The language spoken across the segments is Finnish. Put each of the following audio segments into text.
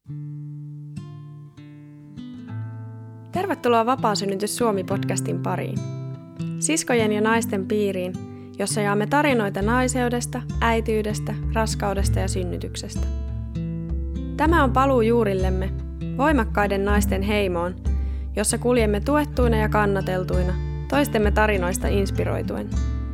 Tervetuloa Vapaasynnytys Suomi-podcastin pariin. Siskojen ja naisten piiriin, jossa jaamme tarinoita naiseudesta, äitiydestä, raskaudesta ja synnytyksestä. Tämä on paluu juurillemme, voimakkaiden naisten heimoon, jossa kuljemme tuettuina ja kannateltuina, toistemme tarinoista inspiroituen.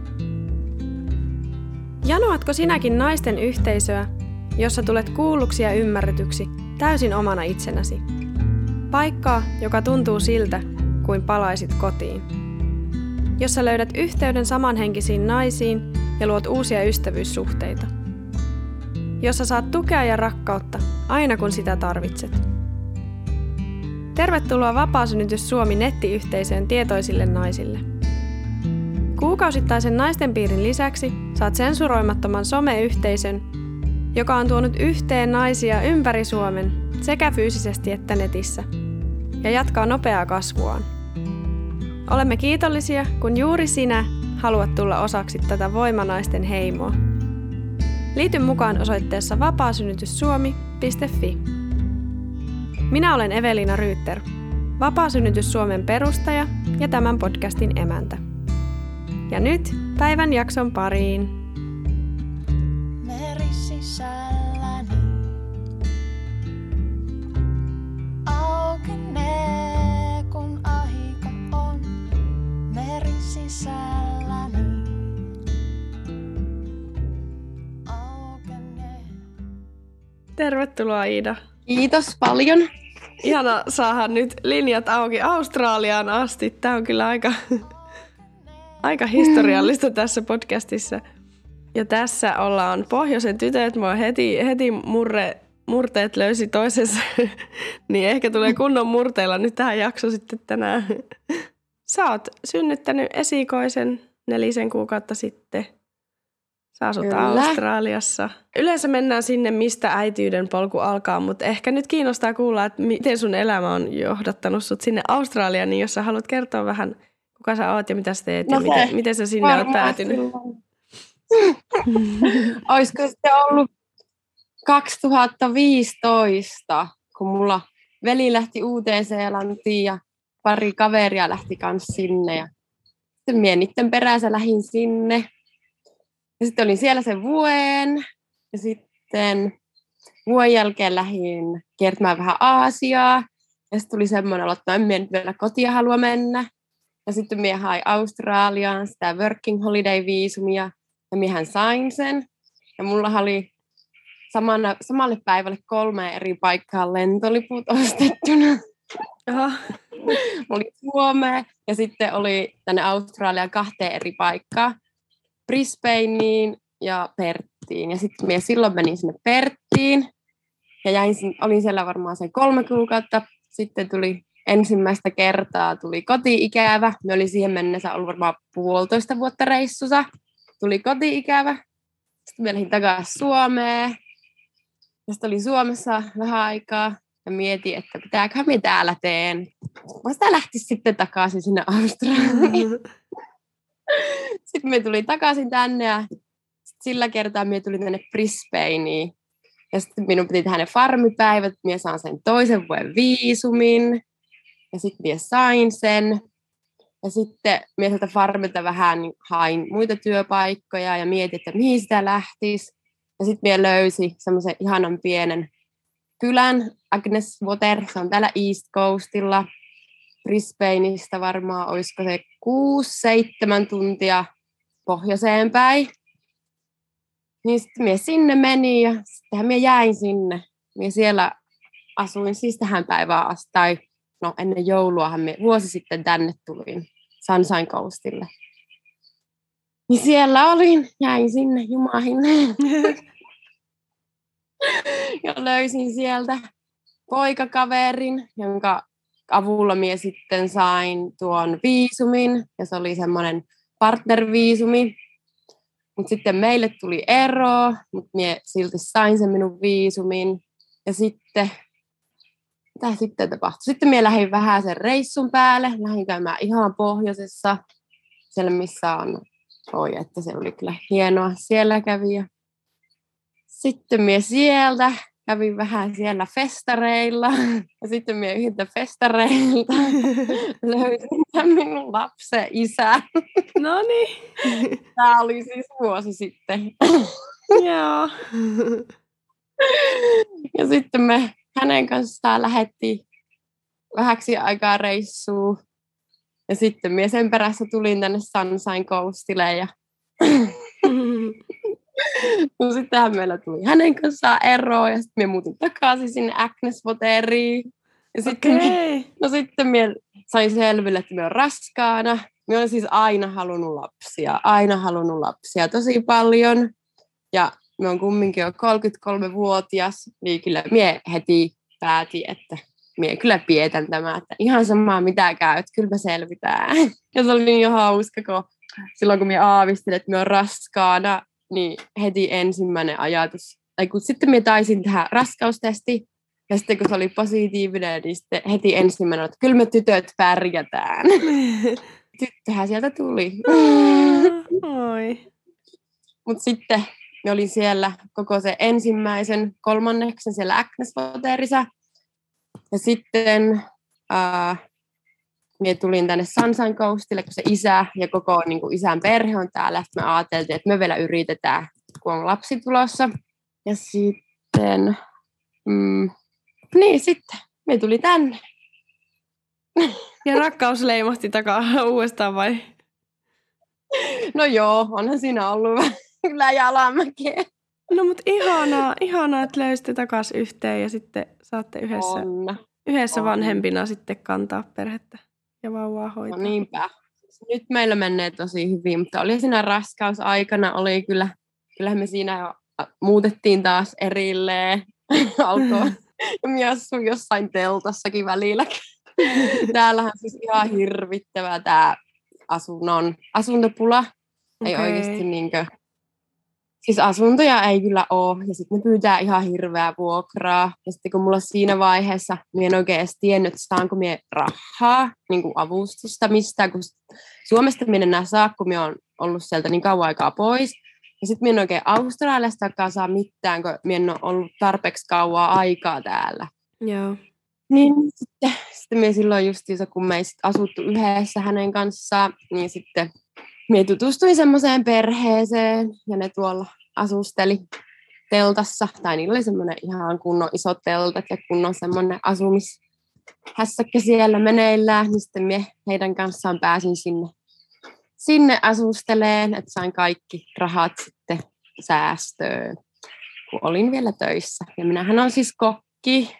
Janoatko sinäkin naisten yhteisöä, jossa tulet kuulluksi ja ymmärretyksi täysin omana itsenäsi? Paikkaa, joka tuntuu siltä, kuin palaisit kotiin. Jossa löydät yhteyden samanhenkisiin naisiin ja luot uusia ystävyyssuhteita. Jossa saat tukea ja rakkautta aina kun sitä tarvitset. Tervetuloa Vapaasynnytys Suomi nettiyhteisöön tietoisille naisille. Kuukausittaisen naistenpiirin lisäksi saat sensuroimattoman someyhteisön, joka on tuonut yhteen naisia ympäri Suomen sekä fyysisesti että netissä, ja jatkaa nopeaa kasvuaan. Olemme kiitollisia, kun juuri sinä haluat tulla osaksi tätä voimanaisten heimoa. Liity mukaan osoitteessa vapaasynnytyssuomi.fi. Minä olen Evelina Ryytter, Vapaasynnytys Suomen perustaja ja tämän podcastin emäntä. Ja nyt päivän jakson pariin. Merisisälläni aukenee, kun aika on merisisälläni aukenee. Tervetuloa Iida. Kiitos paljon. Ihana saada nyt linjat auki Australiaan asti. Tämä on kyllä aika historiallista tässä podcastissa. Ja tässä ollaan pohjoisen tytöt. Mä heti murteet löysi toisessa. Niin ehkä tulee kunnon murteilla nyt tähän jakso sitten tänään. Sä oot synnyttänyt esikoisen 4 kuukautta sitten. Sä asut Kyllä. Australiassa. Yleensä mennään sinne, mistä äitiyden polku alkaa, mutta ehkä nyt kiinnostaa kuulla, että miten sun elämä on johdattanut sut sinne Australiaan, niin jos sä haluat kertoa vähän, kuka sä oot ja mitä sä teet ja miten sä sinne oot päätynyt. Olisiko sitten ollut 2015, kun mulla veli lähti Uuteen-Seelantiin ja pari kaveria lähti kanssa sinne. Ja sitten minä niiden perässä lähdin sinne. Ja sitten olin siellä sen vuoden. Ja sitten vuoden jälkeen lähdin kiertämään vähän Aasiaa. Ja sitten tuli semmoinen, että en minä nyt vielä kotia halua mennä. Ja sitten minä hain Australiaan sitä working holiday-viisumia. Ja minähän sain sen. Ja mulla oli samalle päivälle 3 eri paikkaa lentoliput ostettuna. Aha. Oli Suomeen ja sitten oli tänne Australiaan 2 eri paikkaa. Brisbaneen ja Perttiin. Ja sitten minä silloin menin sinne Perttiin. Ja olin siellä varmaan sen 3 kuukautta. Sitten tuli ensimmäistä kertaa koti-ikävä. Me oli siihen mennessä ollut varmaan 1,5 vuotta reissussa. Tuli koti-ikävä. Sitten me lähdin takaisin Suomeen. Ja sitten olin Suomessa vähän aikaa. Ja mietin, että pitääköhän minä täällä teen. Mä sitä lähtisi sitten takaisin sinne Australiaan. Sitten me tuli takaisin tänne ja sillä kertaa minä tulin tänne Brisbaneen. Ja sitten minun piti tehdä ne farmipäivät. Minä saan sen 2 vuoden viisumin. Ja sitten minä sain sen. Ja sitten minä sieltä farmilta vähän hain muita työpaikkoja ja mietin, että mihin sitä lähtisi. Ja sitten minä löysin semmoisen ihanan pienen kylän, Agnes Water. Se on täällä East Coastilla. Brisbaneista varmaan olisiko se 6-7 tuntia pohjoiseen päin. Niin sitten minä sinne menin ja sittenhän minä jäin sinne. Minä siellä asuin siis tähän päivään asti. Tai no ennen jouluahan minä vuosi sitten tänne tulin Sunshine Coastille. Niin siellä olin, jäin sinne jumahin. Ja löysin sieltä poikakaverin, jonka avulla minä sitten sain tuon viisumin, ja se oli semmoinen partnerviisumi. Mutta sitten meille tuli ero, mutta minä silti sain sen minun viisumin. Ja sitten, mitä sitten tapahtui? Sitten minä lähdin vähän sen reissun päälle, lähdin käymään ihan pohjoisessa, siellä missä on, että se oli kyllä hienoa, siellä kävi. Ja sitten minä sieltä kävin vähän siellä festareilla. Ja sitten minä yhdeltä festareilta löysin tämän minun lapsen isä. No niin. Tämä oli siis vuosi sitten. Joo. Ja sitten me hänen kanssaan lähdettiin vähäksi aikaa reissuun. Ja sitten minä sen perässä tulin tänne Sunshine Coastille. Ja no sittenhän meillä tuli hänen kanssaan eroa. Ja sitten minä muutin takaisin sinne Agnesvoteriin. Ja sitten, sitten minä sain selville, että minä olen raskaana. Minä olen siis aina halunnut lapsia tosi paljon. Ja minä olen kumminkin jo 33-vuotias, niin kyllä minä heti päätin, että minä kyllä pietän tämä, että ihan samaa mitä käy, että kyllä me selvitään. Ja se oli niin jo hauska, kun silloin kun minä aavistin, että minä olen raskaana, niin heti ensimmäinen ajatus, tai kun sitten minä taisin tehdä raskaustesti, ja sitten kun se oli positiivinen, niin sitten heti ensimmäinen, että kyllä me tytöt pärjätään. Tyttöhän sieltä tuli. Mutta sitten me olin siellä koko se ensimmäisen, kolmanneksen siellä Agnesvoterissa. Ja sitten minä tulin tänne Sunshine Coastille, kun se isä ja koko niin kuin isän perhe on täällä. Sitten me ajateltiin, että me vielä yritetään, kun on lapsi tulossa. Ja sitten, niin sitten, me tuli tänne. Ja rakkaus leimahti takaa uudestaan vai? No joo, onhan siinä ollut kyllä jalamäkeä. No mutta ihanaa, että löysitte takaisin yhteen ja sitten saatte yhdessä vanhempina sitten kantaa perhettä ja vauvaa hoitaa. No niinpä. Nyt meillä menee tosi hyvin, mutta oli siinä raskausaikana, kyllähän me siinä jo muutettiin taas erilleen. Alkoi ja minä asuin jossain teltassakin välillä. Täällähän siis ihan hirvittävä tämä asuntopula. Ei oikeasti niinkö. Siis asuntoja ei kyllä ole, ja sitten ne pyytää ihan hirveää vuokraa. Ja sitten kun mulla siinä vaiheessa, minä en oikein edes tiennyt, että saanko minä rahaa, niin kuin avustusta mistään, kun Suomesta minä en enää saa, kun minä olen ollut sieltä niin kauan aikaa pois. Ja sitten minä en oikein Australiastakaan saa mitään, kun minä en ole ollut tarpeeksi kauan aikaa täällä. Joo. Niin sitten minä silloin justiinsa, kun me ei sit asuttu yhdessä hänen kanssaan, niin sitten minä tutustuin semmoiseen perheeseen ja ne tuolla asusteli teltassa. Tai niillä oli semmoinen ihan kunnon isot teltat ja kunnon semmoinen asumishässäkkä siellä meneillään. Niin sitten minä heidän kanssaan pääsin sinne asusteleen, että sain kaikki rahat sitten säästöön, kun olin vielä töissä. Ja minähän olen siis kokki.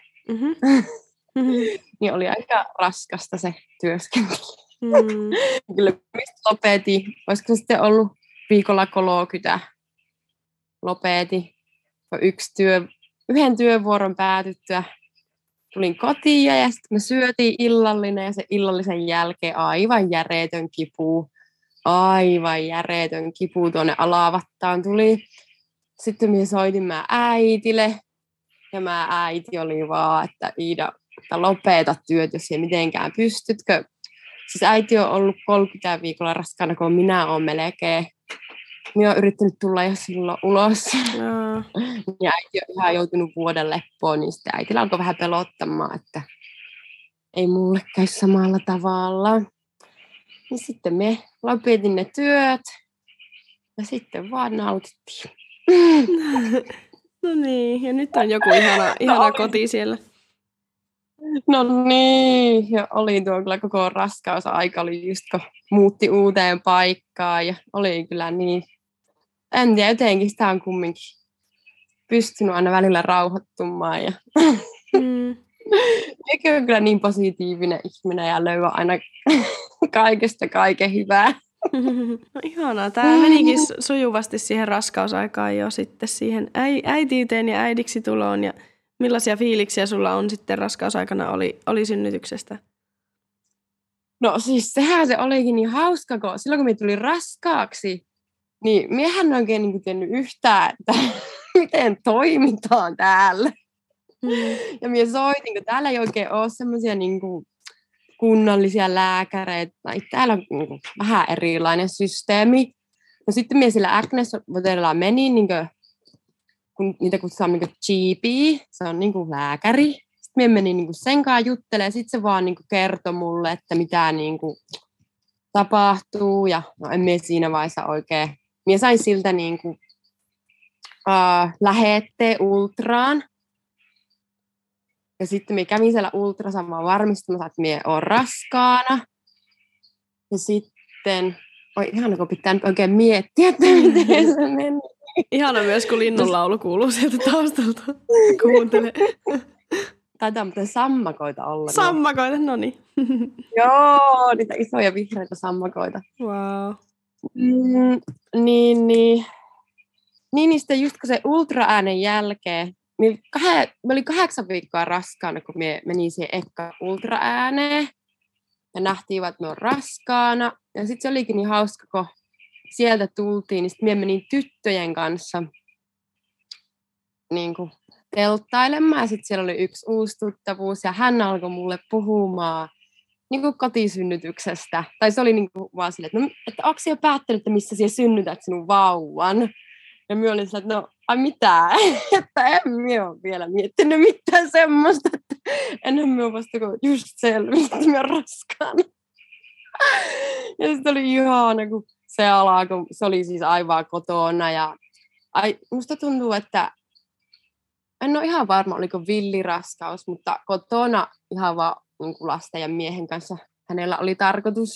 Niin oli aika raskasta se työskentely. Kyllä mistä lopetin. Olisiko sitten ollut viikolla 30 lopetin. Yhden työvuoron päätyttyä tulin kotiin ja sitten me syötiin illallinen ja se illallisen jälkeen aivan järjetön kipu tuonne alavattaan tuli. Sitten minä soitin äitille ja äiti oli vaan, että Iida, että lopeta työt, jos ei mitenkään pystytkö. Siis äiti on ollut 30 viikolla raskaana, kun minä olen melkein. Minä olen yrittänyt tulla jo silloin ulos. Ja äiti on ihan joutunut vuoden leppoon, niin sitten äitillä alkoi vähän pelottamaan, että ei mulle käy samalla tavalla. Niin sitten me lopetin ne työt ja sitten vaan nautittiin. No niin, ja nyt on joku ihana koti siellä. No niin, ja oli tuo kyllä koko raskausaika, oli just kun muutti uuteen paikkaan ja oli kyllä niin, en tiedä, jotenkin sitä on kumminkin pystynyt aina välillä rauhoittumaan ja eikä ole kyllä niin positiivinen ihminen ja löyä aina kaikesta kaiken hyvää. No ihanaa, tämä menikin sujuvasti siihen raskausaikaan jo sitten siihen äitiyteen ja äidiksi tuloon ja millaisia fiiliksiä sulla on sitten raskausaikana oli synnytyksestä? No siis sehän se olikin niin hauska, kun silloin kun minä tulin raskaaksi, niin miehän en oikein niin tiennyt yhtään, että miten toimitaan täällä. Ja minä soitin, kun täällä ei oikein ole semmoisia niin kunnallisia lääkäreitä, tai täällä on niin vähän erilainen systeemi. No sitten minä sillä Agnesvoterilla menin niin kun niitä kutsutaan niin GP, se on niin kuin lääkäri. Sitten minä menin niin kuin sen kanssa juttelemaan, ja sitten se vaan niin kuin kertoi mulle, että mitä niin kuin tapahtuu, ja no en minä siinä vaiheessa oikein. Minä sain siltä niin kuin, lähetteen ultraan, ja sitten minä kävin siellä ultrassa vaan varmistamassa, että minä olen raskaana. Ja sitten, ihana kun pitää nyt oikein miettiä, että miten se meni. Ihana myös, kun linnunlaulu kuuluu sieltä taustalta. Kuuntele. Taitaa muuten sammakoita olla. Sammakoita, no niin. Joo, niitä isoja vihreitä sammakoita. Wow. Niin sitten just kun se ultraäänen jälkeen, mä olin 8 viikkoa raskaana, kun me menin siihen ekka ultraääneen. Ja nähtiin, että me on raskaana. Ja sitten se olikin niin hauska, kun sieltä tultiin, niin sitten menin tyttöjen kanssa niin kuin telttailemaan. Ja sitten siellä oli yksi uusi tuttavuus, ja hän alkoi mulle puhumaan niin kuin kotisynnytyksestä. Tai se oli niin kuin vaan silleen, että, no, että onko jo päättänyt, että missä siellä synnytät sinun vauvan? Ja minä olin silleen, että no, ai mitä? Että en minä ole vielä miettinyt mitään semmoista, että enhän minä vasta just selvinnyt, että minä olen raskaana. Ja sitten oli ihana, kun se alkoi, se oli siis aivan kotona. Ja musta tuntuu, että en ole ihan varma, oliko villiraskaus, mutta kotona ihan vaan niin kuin lasten ja miehen kanssa hänellä oli tarkoitus.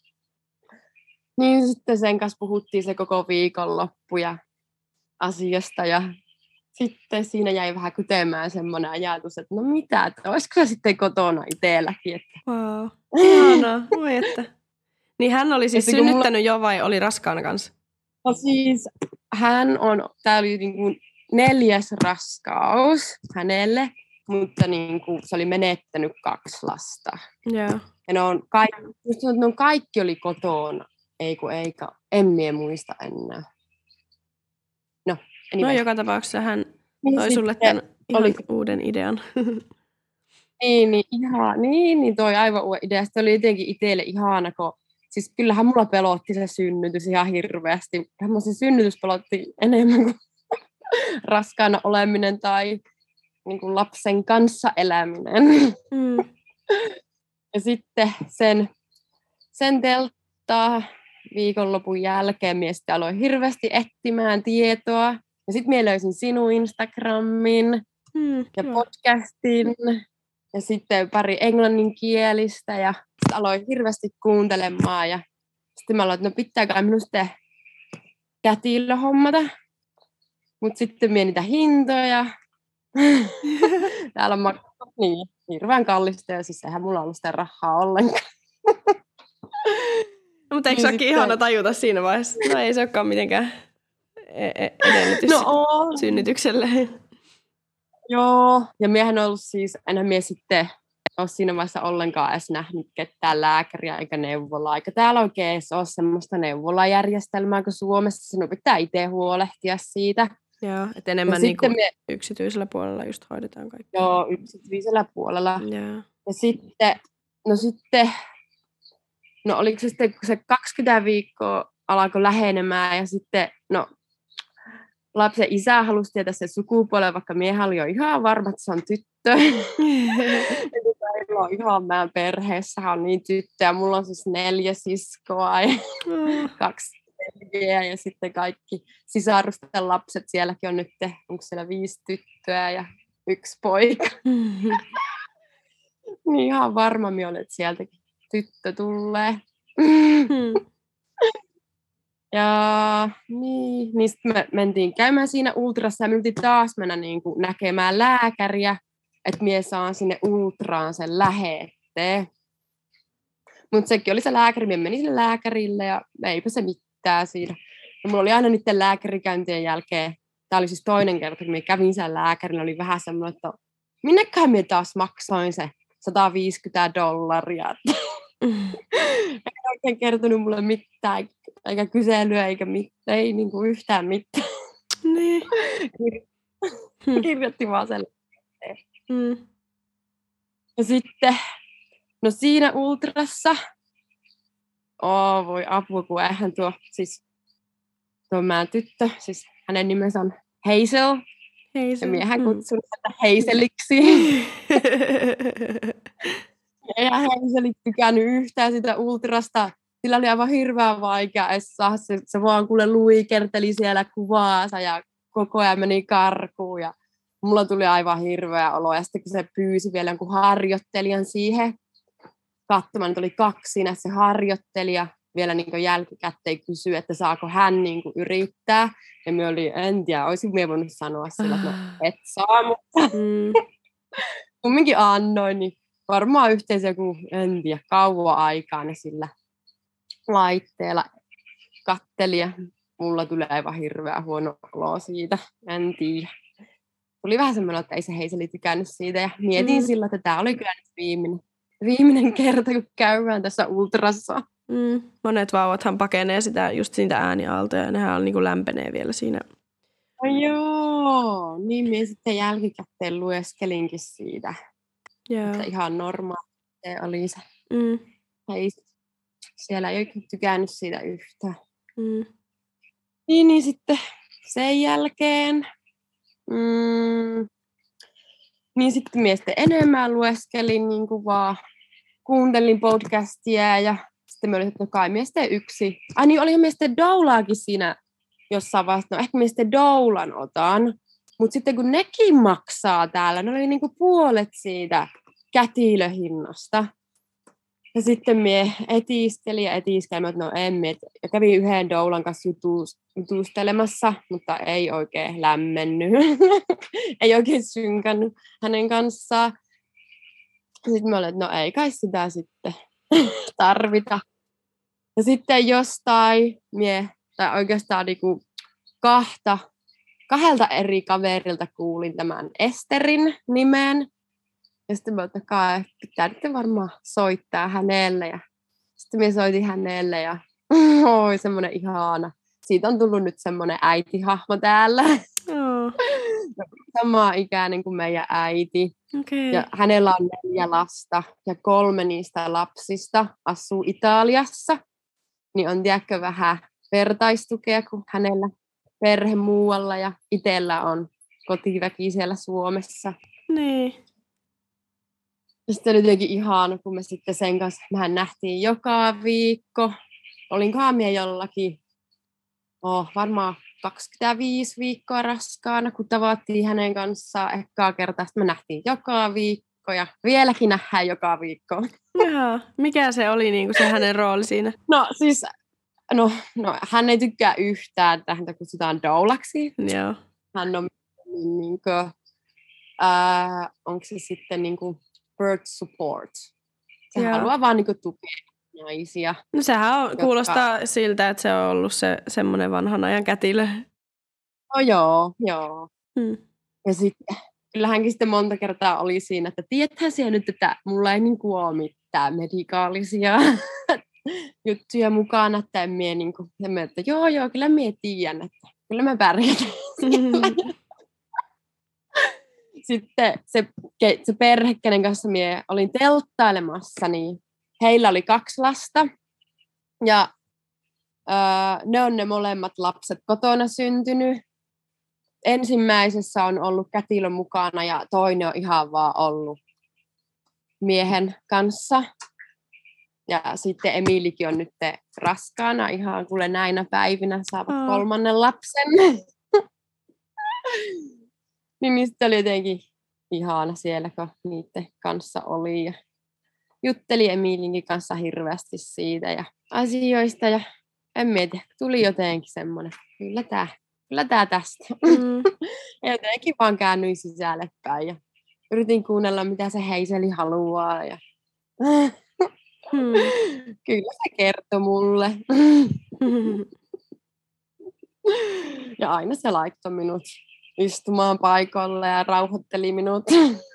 Niin sitten sen kanssa puhuttiin se koko viikonloppu ja asiasta, ja sitten siinä jäi vähän kytemään semmoinen ajatus, että no mitä, että olisiko se sitten kotona itselläkin. Että... Wow, ihanaa, voi että. Niin hän oli siis synnyttänyt jo vai oli raskaana kanssa? No siis tämä oli niin kuin 4. raskaus hänelle, mutta niin kuin se oli menettänyt 2 lasta. Joo. Ja ne kaikki oli kotona, eikä, en mie muista enää. No joka tapauksessa hän toi sulle tämän uuden idean. Niin, toi aivan uuden idea. Sitten oli jotenkin itselle ihana, kun siis kyllähän mulla pelotti se synnytys ihan hirveästi. Se synnytys pelotti enemmän kuin raskaana oleminen tai niin kuin lapsen kanssa eläminen. Ja sitten sen telttaa viikonlopun jälkeen minä sitten aloin hirveästi etsimään tietoa. Ja sitten minä löysin sinun Instagramin ja podcastin ja sitten pari englanninkielistä ja sitten aloin hirveästi kuuntelemaan ja sitten mä aloin, että no pitääkö minun sitten kätilö hommata. Mutta sitten minä niitä hintoja. Täällä on niin, hirveän kallista ja siis eihän mulla ollut sitä rahaa ollenkaan. No, mutta eikö se olekin ihana tajuta siinä vaiheessa? No ei se olekaan mitenkään edellytys synnytykselle. Joo, ja miehän on ollut siis, enhän mie sitten ole siinä vaiheessa ollenkaan edes nähnyt ketään lääkäriä eikä neuvolaa. Eikä täällä oikein ole semmoista neuvolajärjestelmää kuin Suomessa. Sinun pitää itse huolehtia siitä. Joo, että enemmän niin kuin yksityisellä puolella just hoidetaan kaikki. Joo, yksityisellä puolella. Joo. Ja sitten, oliko se sitten, kun se 20 viikkoa alkoi lähenemään ja sitten, lapsen isä halusi tietää sen sukupuolen, vaikka miehän oli jo ihan varma, että se on tyttö. Meillä on ihan meidän perheessä on niin tyttöjä. Mulla on siis 4 siskoa ja 2 veljeä ja sitten kaikki sisarusten lapset. Sielläkin on nyt, onko siellä 5 tyttöä ja 1 poika. Niin ihan varma minä olen, että sieltäkin tyttö tulee. Ja niin sitten me mentiin käymään siinä ultrassa ja me mentiin taas mennä niin kuin näkemään lääkäriä, että mie saan sinne ultraan sen lähetteen. Mutta sekin oli se lääkäri, mie menin sinne lääkärille ja eipä se mitään siinä. Ja mulla oli aina niiden lääkärikäyntien jälkeen, tämä oli siis toinen kerta, kun mie kävin sen lääkärin, oli vähän semmoinen, että minneköhän mie taas maksoin se $150. Ei oikein kertonut mulle mitään, eikä kyselyä, eikä mitään, ei niin kuin yhtään mitään. Niin. Kirjoitti vaan sen. Ja sitten, siinä ultrassa, voi apua, kun eihän tuo meidän tyttö, siis hänen nimensä on Hazel, Ja miehän kutsun sitä Heiseliksi. Eihän Heiselit tykännyt yhtään sitä ultrasta. Sillä oli aivan hirveän vaikea edes saada. Se vaan kuule luikerteli siellä kuvaansa ja koko ajan meni karkuun. Ja mulla tuli aivan hirveä olo. Ja sitten kun se pyysi vielä jonkun harjoittelijan siihen katsomaan, että oli 2 siinä se harjoittelija. Vielä niin jälkikäteen kysyi, että saako hän niin yrittää. Ja minä olin, en tiedä, olisin minä voinut sanoa sillä, että no, et saa, mutta kumminkin annoin. Niin varmaan yhteensä joku, en tiedä, kauan aikaa ne sillä laitteella katteli. Ja mulla tulee aivan hirveän huono olo siitä, en tiedä. Tuli vähän semmoinen, että ei se Heiseli tykännyt siitä. Ja mietin sillä, että tämä oli kyllä nyt viimeinen kerta, kun käydään tässä ultrassa. Monet vauvathan pakenee sitä just siitä äänialta ja nehän on, niin kuin lämpenee vielä siinä. No joo, niin minä sitten jälkikäteen lueskelinkin siitä. Joo. Että ihan normaali oli se. Ei, siellä ei oikein tykännyt siitä yhtään. Niin sitten sen jälkeen niin sitten minä sitten enemmän lueskelin niin kuin vaan kuuntelin podcastia ja sitten me olin, että no kai minä sitten yksi. Niin olihan minä sitten doulaakin siinä jossain vaiheessa, no ehkä minä sitten doulan otan. Mutta sitten kun nekin maksaa täällä, ne oli niinku puolet siitä kätilöhinnasta. Ja sitten minä etiskelin, että no en minä. Ja kävin yhden doulan kanssa jutustelemassa, mutta ei oikein lämmennyt. Ei oikein synkännyt hänen kanssaan. Sitten mä olin, että no ei kai sitä sitten tarvita. Ja sitten jostain tai oikeastaan niinku kahdelta eri kaverilta kuulin tämän Esterin nimen. Ja sitten mä olin, että pitää nyt varmaan soittaa hänelle. Ja sitten minä soitin hänelle ja oi semmoinen ihana. Siitä on tullut nyt semmoinen äitihahmo täällä. Samaa ikäinen kuin meidän äiti. Okay. Ja hänellä on 4 lasta ja 3 niistä lapsista asuu Italiassa. Niin on tiedäkö vähän vertaistukea, kun hänellä perhe muualla ja itsellä on kotiväki siellä Suomessa. Niin. Ja sitten oli jotenkin ihana, kun me sitten sen kanssa, mehän nähtiin joka viikko. Olinkohan minä jollakin, varmaan 25 viikkoa raskaana, kun tavattiin hänen kanssaan ekaa kertaa. Sitten me nähtiin joka viikko ja vieläkin nähdään joka viikko. Jaa, mikä se oli niin kuin se hänen rooli siinä? No siis, hän ei tykkää yhtään, että häntä kutsutaan doulaksi. Joo. Hän on niin kuin, onko se sitten niin kuin birth support. Se haluaa vaan niin kuin tukea naisia. No sehän kuulostaa siltä, että se on ollut se semmoinen vanhan ajan kätilö. No joo. Ja sitten, kyllähänkin sitten monta kertaa oli siinä, että tiedäthän siellä nyt, että mulla ei niin kuin ole mitään medikaalisia juttuja mukana, että en mie niin kuin, että joo, kyllä mie tiedän, että kyllä me pärjätään. Sitten se perhe, kenen kanssa mie olin telttailemassa, niin heillä oli 2 lasta. Ja ne on ne molemmat lapset kotona syntynyt. Ensimmäisessä on ollut kätilö mukana ja toinen on ihan vaan ollut miehen kanssa. Ja sitten Emilikin on nyt raskaana ihan kuule näinä päivinä saavat 3. lapsen. Niin sitten oli jotenkin ihana siellä, kun niiden kanssa oli. Ja jutteli Emilinkin kanssa hirveästi siitä ja asioista. Ja en mieti, tuli jotenkin semmoinen, kyllä tää tästä. Ja jotenkin vaan käännyin sisälle päin ja yritin kuunnella, mitä se Heiseli haluaa. Ja kyllä se kertoi mulle. Ja aina se laittoi minut istumaan paikalle ja rauhoitteli minut.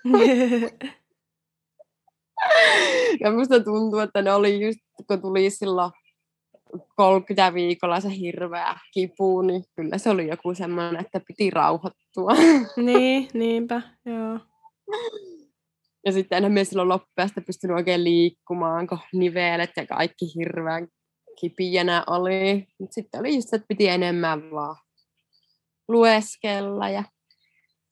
Ja musta tuntuu, että ne oli just, kun tuli silloin 30 viikolla se hirveä kipu, niin kyllä se oli joku semmoinen, että piti rauhoittua. Niin, niinpä, joo. Ja sitten enhän minä silloin loppuun pystynyt oikein liikkumaan, kun nivelet ja kaikki hirveän kipiänä oli. Mutta sitten oli just, että piti enemmän vaan lueskella ja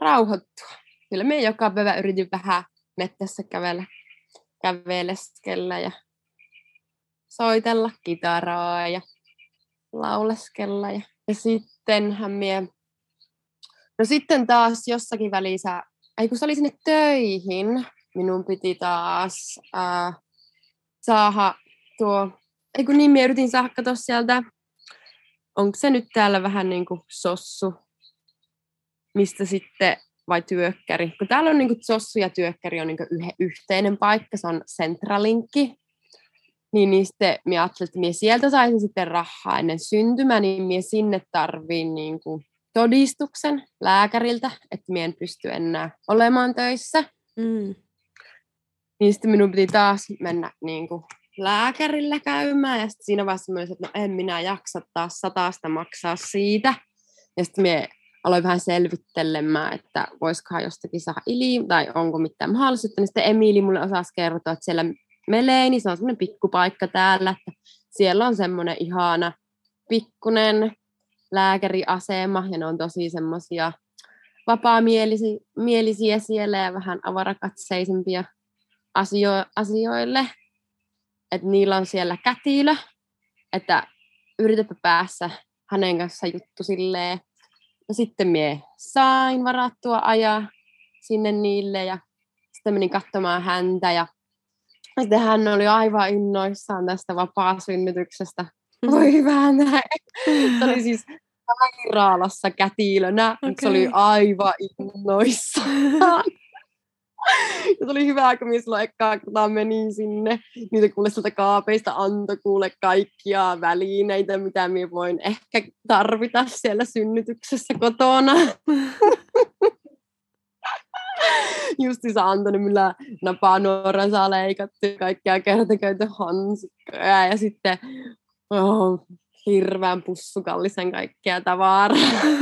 rauhoittua. Kyllä me joka päivä yritin vähän mettässä käveleskellä ja soitella kitaraa ja lauleskella. Ja sittenhän no sitten taas jossakin välissä, kun se oli sinne töihin, minun piti taas saada minä yritin saada katsoa sieltä, onko se nyt täällä vähän niin kuin sossu, mistä sitten, vai työkkäri. Kun täällä on niin kuin sossu ja työkkäri on niin kuin yhteinen paikka, se on Centralinkki. Niin sitten minä ajattelin, että minä sieltä saisin sitten rahaa ennen syntymää, niin minä sinne tarviin niin kuin todistuksen lääkäriltä, että minä en pysty enää olemaan töissä. Niin sitten minun piti taas mennä niin kuin lääkärillä käymään, ja sitten siinä vaiheessa myös, että no en minä jaksa taas 100 maksaa siitä. Ja sitten minä aloin vähän selvittelemään, että voisikohan jostakin saada tai onko mitään mahdollisuutta. Niin sitten Emiili mulle osasi kertoa, että siellä Meleini, se on semmoinen pikkupaikka täällä, että siellä on semmoinen ihana pikkunen lääkäriasema, ja ne on tosi semmoisia vapaamielisiä siellä ja vähän avarakatseisempia asioille. Että niillä on siellä kätilö, että yritäpä päässä hänen kanssa juttu silleen. Ja sitten mie sain varattua ajaa sinne niille ja sitten menin katsomaan häntä ja sitten hän oli aivan innoissaan tästä vapaasynnytyksestä. Voi hyvää näin. Se oli siis sairaalassa kätilönä, mutta se oli aivan innoissaan. Ja se oli hyvä, kun minä silloin ekkaan kertaan menin sinne. Niitä kuule sieltä kaapeista antoi kuule kaikkia välineitä, mitä minä voin ehkä tarvita siellä synnytyksessä kotona. Justiinsa antoi, millä napanuoran saa leikattu kaikkia kertakäyttöhansikkoja ja sitten hirveän pussukallisen kaikkea tavaraa.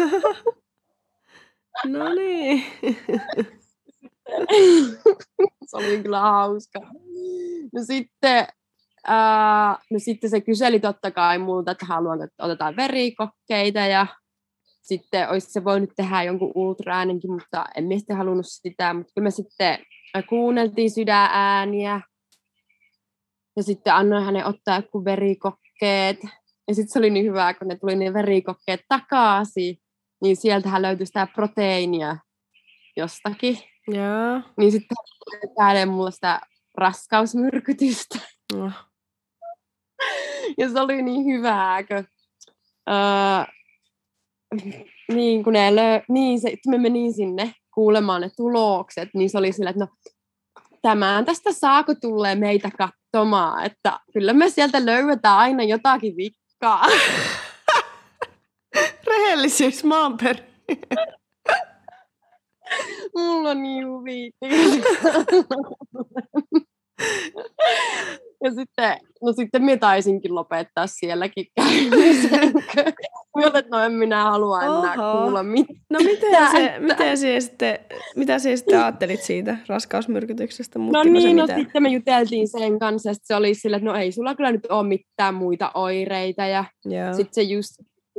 No niin. Se oli kyllä hauska. No sitten se kyseli totta kai multa, että haluanko, että otetaan verikokkeita ja sitten olisi se voinut tehdä jonkun ultraäänenkin, mutta en minä sitten halunnut sitä. Mutta kyllä me sitten kuunneltiin sydänääniä ja sitten annoin hänen ottaa joku verikokkeet. Ja sitten se oli niin hyvä, kun ne tuli ne verikokkeet takaisin, niin sieltähän löytyi sitä proteiinia jostakin. Joo. Niin sitten hän mulle sitä raskausmyrkytystä. Ja se oli niin hyvää, kun niin kun me menin sinne kuulemaan ne tulokset, niin se oli sillä, että no tämän tästä saako tulee meitä katsomaan, että kyllä me sieltä löydetään aina jotakin vikkaa. Rehellisyys maanperin. Mulla on niin huviitti. Ja sitten minä taisinkin lopettaa sielläkin käymisen. Mutta no en minä halua enää kuulla mitään. No mitä sinä sitten ajattelit siitä raskausmyrkytyksestä? No sitten me juteltiin sen kanssa, että se oli sille, että no ei sulla kyllä nyt ole mitään muita oireita. Ja sitten se just,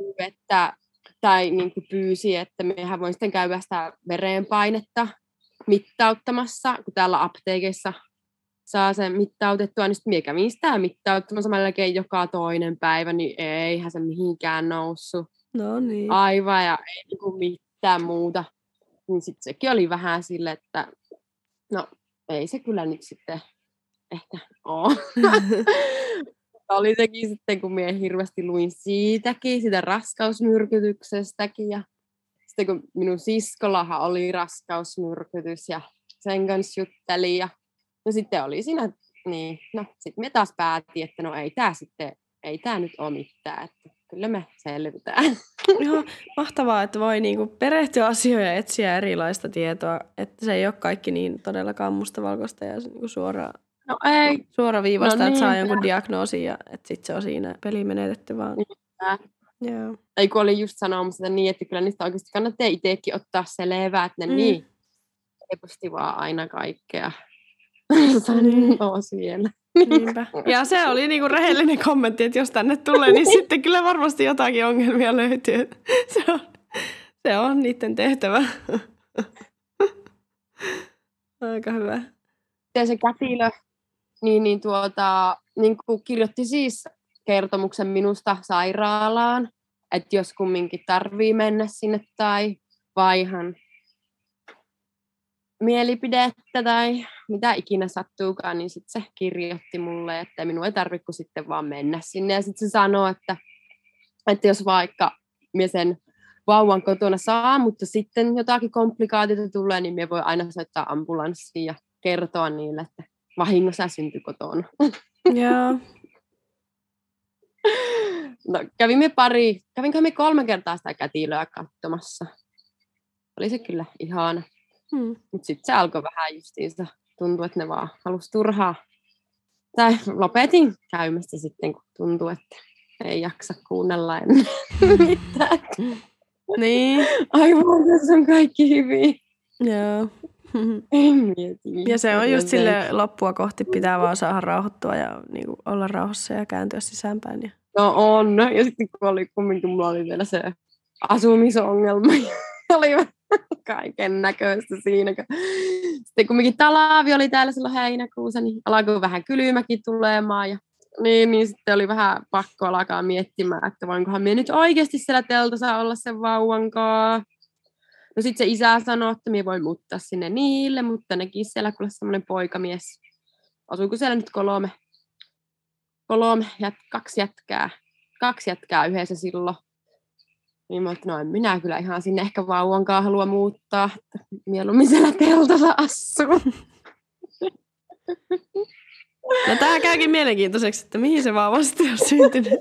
niin kuin pyysi, että mehän voin sitten käydä sitä verenpainetta mittauttamassa, kun täällä apteekissa saa sen mittautettua, niin sitten minä kävin sitä mittauttamassa melkein joka toinen päivä, niin eihän se mihinkään noussut. No niin. Aivan, ja ei niin mitään muuta. Niin sitten sekin oli vähän sille, että no ei se kyllä nyt sitten ehkä ole. Oli sekin sitten, kun minä hirveästi luin siitä raskausmyrkytyksestäkin. Ja sitten kun minun siskolahan oli raskausmyrkytys ja sen kanssa juttelin. Ja no sitten oli siinä, niin no sitten me taas päätin, että no ei tämä nyt ole mitään, että kyllä me selvitään. Joo, mahtavaa, että voi niinku perehtyä asioihin ja etsiä erilaista tietoa, että se ei ole kaikki niin todellakaan mustavalkoista ja niinku suoraviivasta, että saa jonkun diagnoosin ja että sitten se on siinä peli menetetty vaan. Joo. Tai kun oli just sanomassa niin, että kyllä niistä oikeasti kannattaa itsekin ottaa selvää, että ne niin helposti vaan aina kaikkea sanoo siellä. Niinpä. Ja se oli niinku rehellinen kommentti, että jos tänne tulee, niin sitten kyllä varmasti jotakin ongelmia löytyy. Se on niiden tehtävä. Aika hyvä. Sitten se kätilö niin kuin kirjoitti siis kertomuksen minusta sairaalaan, että jos kumminkin tarvii mennä sinne tai vaihan mielipidettä tai mitä ikinä sattuukaan, niin sitten se kirjoitti mulle, että minun ei tarvitse kuin sitten vaan mennä sinne. Ja sitten se sanoi, että jos vaikka minä sen vauvan kotona saa, mutta sitten jotakin komplikaatiota tulee, niin minä voi aina soittaa ambulanssiin ja kertoa niille, että vahingossa syntyi kotona. Joo. No, kävinköhän me 3 kertaa sitä kätilöä katsomassa. Oli se kyllä ihana. Mutta sitten se alkoi vähän justiinsa. Tuntui, että ne vaan halusi turhaa. Tai lopetin käymästä sitten, kun tuntui, että ei jaksa kuunnella enää mitään. Niin. Aivan, tässä on kaikki hyvin. Joo. En mieti. Ja se on just sille loppua kohti pitää vaan saada rauhoittua ja niin kuin olla rauhassa ja kääntyä sisäänpäin. Ja... No on. Ja sitten kun oli kumminkin, mulla oli vielä se asumisongelma. Oli kaiken näköistä siinä. Sitten kumminkin talvi oli täällä silloin heinäkuussa, niin alkoi vähän kylmäkin tulemaan. Ja niin sitten oli vähän pakko alkaa miettimään, että voinkohan minä nyt oikeasti siellä teltassa olla sen vauvan kanssa. No sitten se isä sanoi, että minä voin muuttaa sinne niille, mutta nekin siellä kuule semmoinen poikamies. Asuiko siellä nyt 2 jätkää yhdessä silloin. Niin mä no en minä kyllä ihan sinne ehkä vauvankaan halua muuttaa, että mieluummin siellä teltassa asuu. No tää käykin mielenkiintoiseksi, että mihin se vauva sitten on syntynyt.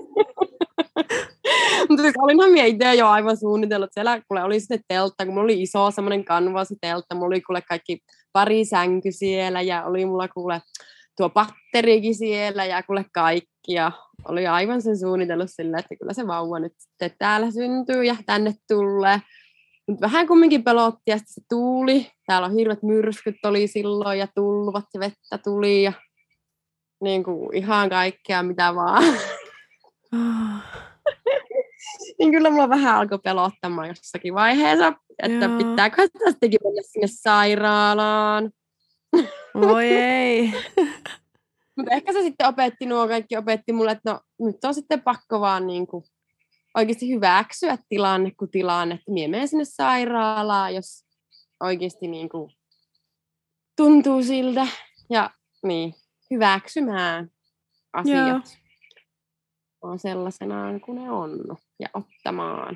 Mutta siis olinhan minä itse jo aivan suunnitellut. Siellä kuule oli sitten teltta, kun mulla oli iso semmoinen kanvaasiteltta. Mulla oli kuule kaikki pari sänky siellä ja oli mulla kuule tuo patterikin siellä ja kuule kaikki. Ja oli aivan sen suunnitellut silleen, että kyllä se vauva nyt sitten täällä syntyy ja tänne tulee. Mutta vähän kumminkin pelotti ja sitten se tuuli. Täällä on hirveät myrskyt oli silloin ja tulvat ja vettä tuli ja niin kuin ihan kaikkea mitä vaan. Niin kyllä mulla vähän alkoi pelottamaan jossakin vaiheessa, että pitääkö sitä sittenkin mennä sinne sairaalaan. Voi ei. Mutta ehkä se sitten opetti mulle, että no nyt on sitten pakko vaan niinku oikeasti hyväksyä tilanne kuin tilanne, että minä menen sinne sairaalaan, jos oikeasti niinku tuntuu siltä ja niin, hyväksymään asiat. Joo. On sellaisenaan kuin ne on ja ottamaan.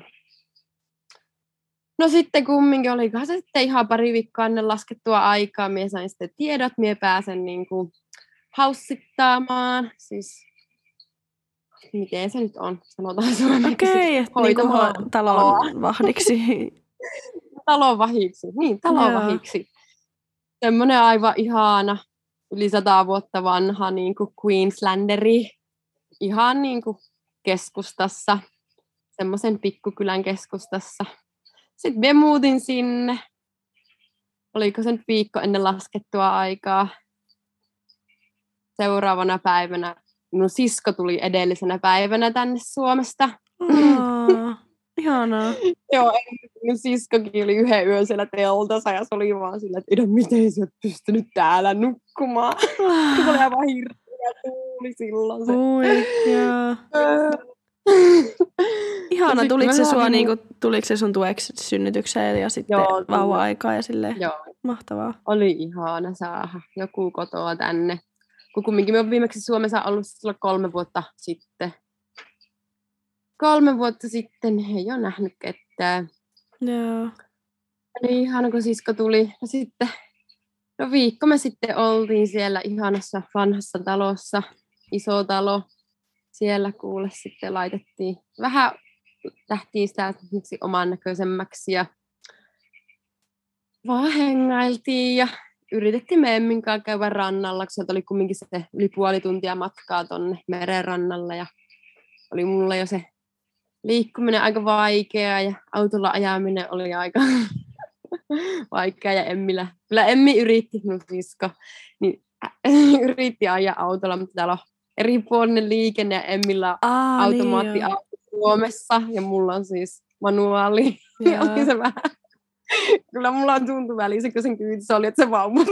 No sitten kumminkin olikohan se sitten ihan pari viikkoa ennen laskettua aikaa. Mie sain sitten tiedot, mie pääsen niinku haussittaamaan. Siis miten se nyt on, sanotaan suomeksi. Okei, niin talon vahdiksi. Talon vahiksi, niin talon vahiksi. Semmoinen aivan ihana, yli 100 vuotta vanha niinku Queenslanderi. Ihan niin kuin keskustassa, semmoisen pikkukylän keskustassa. Sitten me muutin sinne. Oliko se nyt viikko ennen laskettua aikaa? Seuraavana päivänä minun sisko tuli edellisenä päivänä tänne Suomesta. Ihanaa. Joo, minun siskokin oli 1 yön siellä teltassa ja se oli vaan sillä, että miten sä oot pystynyt täällä nukkumaan. Se oli aivan hirveä tuuli silloin. Oi, joo. Ihana, tuliko se sun tueksi synnytykseen ja sitten vauva-aikaa ja silleen? Joo. Mahtavaa. Oli ihana saada joku kotoa tänne. Kun kumminkin me on viimeksi Suomessa ollut silloin 3 vuotta sitten. 3 vuotta sitten ei ole nähnyt ketään. Joo. Eli ihana, kun sisko tuli. Ja sitten, viikko me sitten oltiin siellä ihanassa vanhassa talossa. Iso talo. Siellä kuule sitten laitettiin. Vähän lähtiin sitä oman näköisemmäksi ja vaan hengailtiin ja yritettiin me Emmin kanssa käydä rannalla, kun sieltä oli kumminkin se yli 0,5 tuntia matkaa tonne merenrannalle ja oli mulla jo se liikkuminen aika vaikeaa ja autolla ajaminen oli aika vaikeaa ja Emmillä. Kyllä Emmi yritti, minun sisko, niin yritti ajaa autolla, mutta täällä on eripuolinen liikenne ja Emmillä automaattiauto Suomessa ja mulla on siis manuaali. Oli se vähän Kyllä mulla tuntui välissä, kun sen kyytissä oli, että se vauva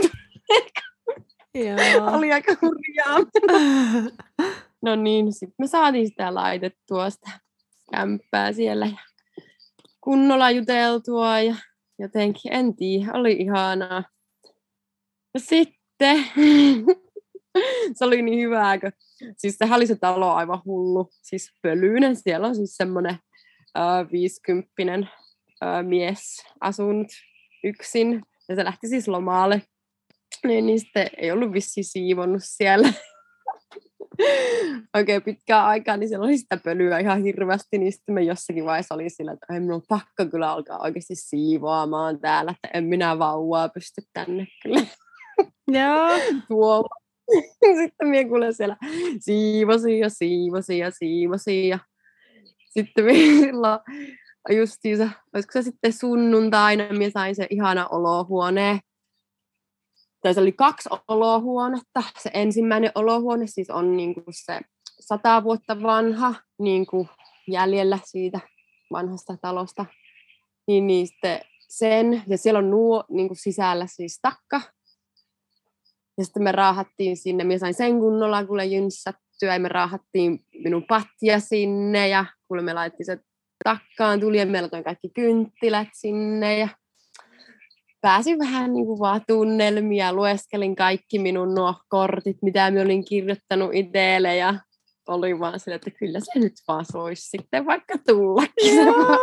Joo. oli aika hurjaa. No niin, sitten me saatiin sitä laitettua sitä kämppää siellä ja kunnolla juteltua ja jotenkin, en tiedä, oli ihanaa. Ja sitten, se oli niin hyvää, kun siis sehän oli se talo aivan hullu, siis pölyinen, siellä on siis semmoinen 50 mies asunut yksin ja se lähti siis lomalle. Niin sitten ei ollut vissiin siivonnut siellä oikein pitkään aikaa, niin siellä oli sitä pölyä ihan hirveästi, niin sitten me jossakin vaiheessa oli sillä, että minun on pakko kyllä alkaa oikeasti siivoamaan täällä, että en minä vauvaa pysty tänne kyllä Joo. tuolla. Sitten minä kuulen siellä siivosin ja sitten minä silloin justiinsa, olisiko se sitten sunnuntaina, minä sain se ihana olohuone. Tai se oli 2 olohuonetta. Se ensimmäinen olohuone siis on niinku se 100 vuotta vanha niinku jäljellä siitä vanhasta talosta. Niin sitten sen, ja siellä on niinku sisällä siis takka. Ja sitten me raahattiin sinne, minä sain sen kunnolla kuule jynssättyä, ja me raahattiin minun patja sinne, ja kuule me laitettiin se takkaan, tuli, ja me laitoin kaikki kynttilät sinne, ja pääsin vähän niin kuin vaan tunnelmia, lueskelin kaikki minun nuo kortit, mitä minä olin kirjoittanut itselle, ja oli vaan sille, että kyllä se nyt vaan soisi sitten vaikka tullakin.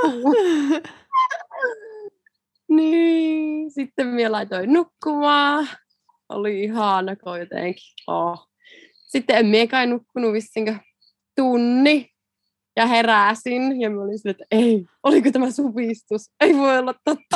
Niin, sitten minä laitoin nukkumaan. Oli ihana, kun jotenkin. Sitten en minä kai nukkunut vissinkö tunni ja heräsin. Ja minä olin sille, että ei, oliko tämä supistus? Ei voi olla totta.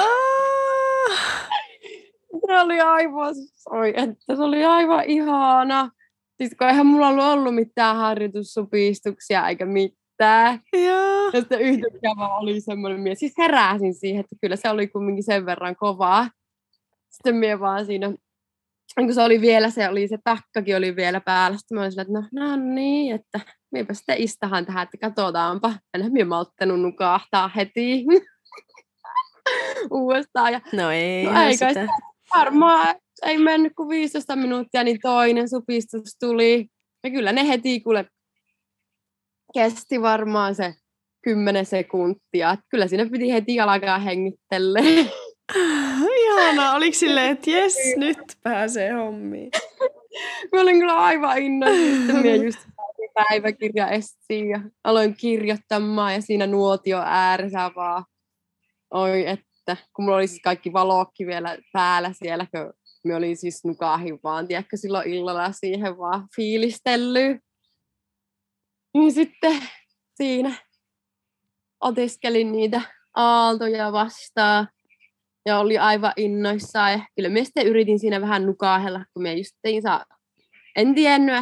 Se oli aivan, se oli aivan ihana. Siis kun eihän mulla ollut mitään harjoitussupistuksia eikä mitään. Joo. Ja sitten yhtäkkiä vaan oli semmoinen mies. Siis heräsin siihen, että kyllä se oli kumminkin sen verran kovaa. Sitten minä vaan siinä, kun se oli vielä, se takkakin oli vielä päällä. Sitten mä olin sillä, että no niin, että minäpä sitten istahan tähän, että katsotaanpa. Enhän minä malttanut nukahtaa heti uudestaan. Ja No ei sitä. Varmaan ei mennyt kuin 15 minuuttia, niin toinen supistus tuli. Ja kyllä ne heti kuule kesti varmaan se 10 sekuntia. Että kyllä siinä piti heti alkaa hengittelemään. Ihanaa, oliko silleen, että jes, nyt pääsee hommiin? Mä olin kyllä aivan innoissa. Sitten minä just päiväkirja esiin ja aloin kirjoittamaan ja siinä nuotio ääressä vaan. Oi, että kun mulla oli siis kaikki valokki vielä päällä siellä, kun me olin siis nukahin vaan, tiedätkö, silloin illalla siihen vaan fiilistellyt. Niin sitten siinä otiskelin niitä aaltoja vastaan ja oli aivan innoissaan. Ja kyllä minä sitten yritin siinä vähän nukahella, kun minä justiinsa en tiennyt,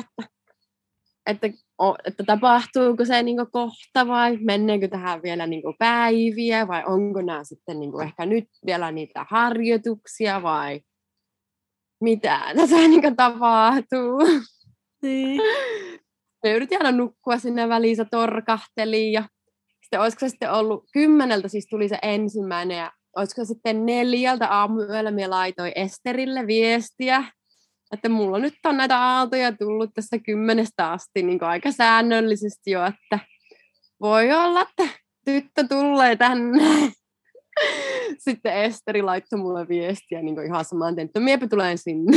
että tapahtuuko se niinku kohta vai menneekö tähän vielä niinku päiviä vai onko nämä sitten niinku ehkä nyt vielä niitä harjoituksia vai mitä tässä niinku tapahtuu. Niin. Me yritin aina nukkua sinne väliin, torkahteliin ja sitten olisiko se sitten ollut 10 siis tuli se ensimmäinen ja olisiko sitten 4 aamuyöllä minä laitoin Esterille viestiä, että mulla nyt on näitä aaltoja tullut tässä 10 asti niin aika säännöllisesti jo, että voi olla, että tyttö tulee tänne. Sitten Esteri laittoi mulle viestiä niin ihan saman tien, että miepä tulen sinne.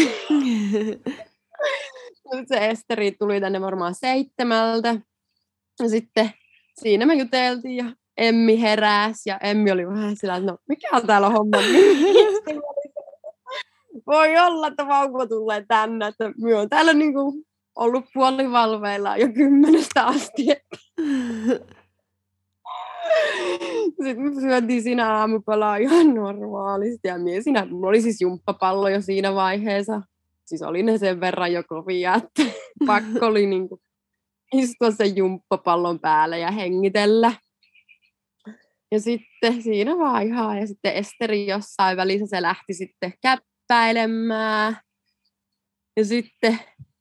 Se Esteri tuli tänne varmaan 7. Ja sitten siinä me juteltiin ja Emmi heräsi ja Emmi oli vähän sillä, että no mikä on täällä homma? Voi olla, että vauva tulee tänne, että minä olen täällä niinku ollut puolivalveilla jo 10 asti. Sitten me syötiin siinä aamupalaa ihan normaalisti. Ja mulla oli siis jumppapallo jo siinä vaiheessa. Siis oli ne sen verran jo kovia, että pakko oli niinku istua sen jumppapallon päälle ja hengitellä. Ja sitten siinä vaan ihan. Ja sitten Esteri jossain välissä se lähti sitten käppäilemään. Ja sitten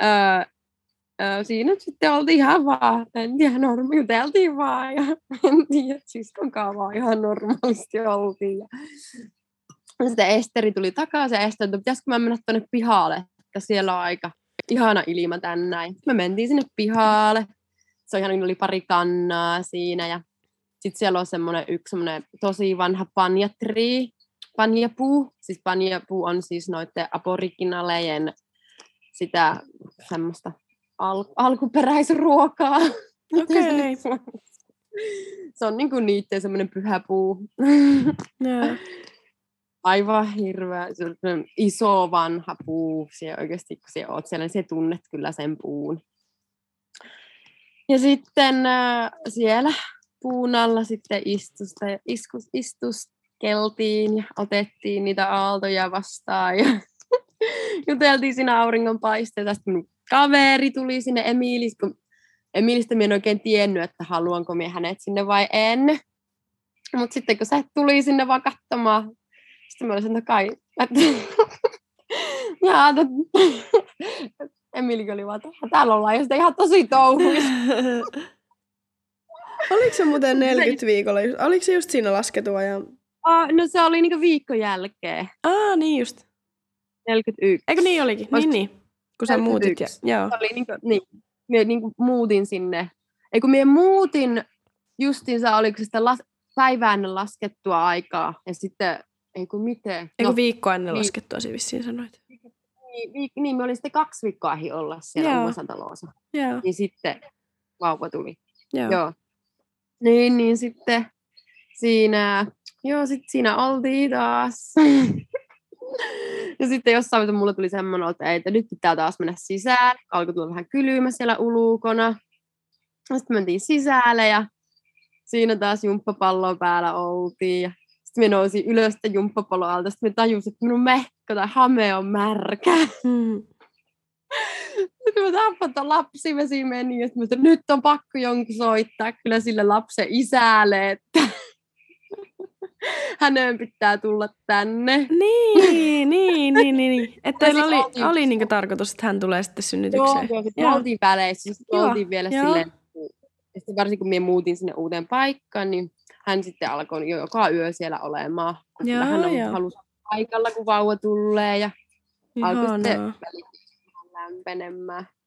siinä sitten oltiin ihan vaan, en tiedä, juteltiin vaan ja en tiedä, siskonkaan vaan ihan normaalisti oltiin. Ja Ja sitten Esteri tuli takaisin ja Esteri, että pitäisikö mä mennä tuonne pihalle, että siellä on aika ihana ilma tänään. Me mentiin sinne pihalle. Se oli ihan, oli pari kannaa siinä ja sitten siellä on yksi semmoinen tosi vanha panjapuu. Siis panjapuu on siis noiden aboriginalejen sitä semmoista alkuperäisruokaa. Okei. Se on niinku niitten semmoinen pyhä puu. Joo. Aivan hirveä, se on iso vanha puu. Siellä oikeasti, kun siellä oot siellä, niin se tunnet kyllä sen puun. Ja sitten siellä puun alla sitten istuskeltiin ja otettiin niitä aaltoja vastaan ja juteltiin siinä auringonpaisteessa. Sitten minun kaveri tuli sinne Emilistä minä en oikein tiennyt, että haluanko minä hänet sinne vai en. Mutta sitten kun se tuli sinne vaan katsomaan, sitten mä olisin, että kai, Emilikin oli vaan, että täällä ollaan jo sitä ihan tosi touhuissa. Oliko se muuten 40 viikolla? Oliko se just siinä lasketuajan? No se oli niinku viikon jälkeen. Niin just. 41. Eikö niin olikin? Niin. Kun sä muutit. Joo. Se oli minä niinku muutin sinne. Kun minä muutin justiinsa, oliko se sitä päivää ennen laskettua aikaa. Ja sitten, miten? Viikkoa ennen laskettua se vissiin sanoit. Niin, me olin sitten 2 viikkoa olla siellä omassa talossa. Joo. Niin sitten vauva tuli. Joo. Niin sitten siinä oltiin taas. Ja sitten jossain vaiheessa mulle tuli semmoinen, että nyt pitää taas mennä sisään. Alkoi tulla vähän kylmä siellä ulkona. Sitten mentiin sisälle ja siinä taas jumppapallon päällä oltiin. Ja sitten me nousin ylös sitä jumppapallon alta. Sitten me tajusin, että minun mehko tai hame on märkä. Sitten mä tapan lapsivesi meni ja sitten nyt on pakko jonkun soittaa kyllä sille lapsen isälle, että hänen pitää tulla tänne. Niin. Että teillä oli niinku tarkoitus, että hän tulee sitten synnytykseen. Joo, sitten oltiin väleissä. Sitten oltiin vielä silleen, ja sitten varsinkin kun minä muutin sinne uuteen paikkaan, niin hän sitten alkoi jo joka yö siellä olemaan. Hän halusi paikalla, kun vauva tulee ja alkoi sitten lämpenemään.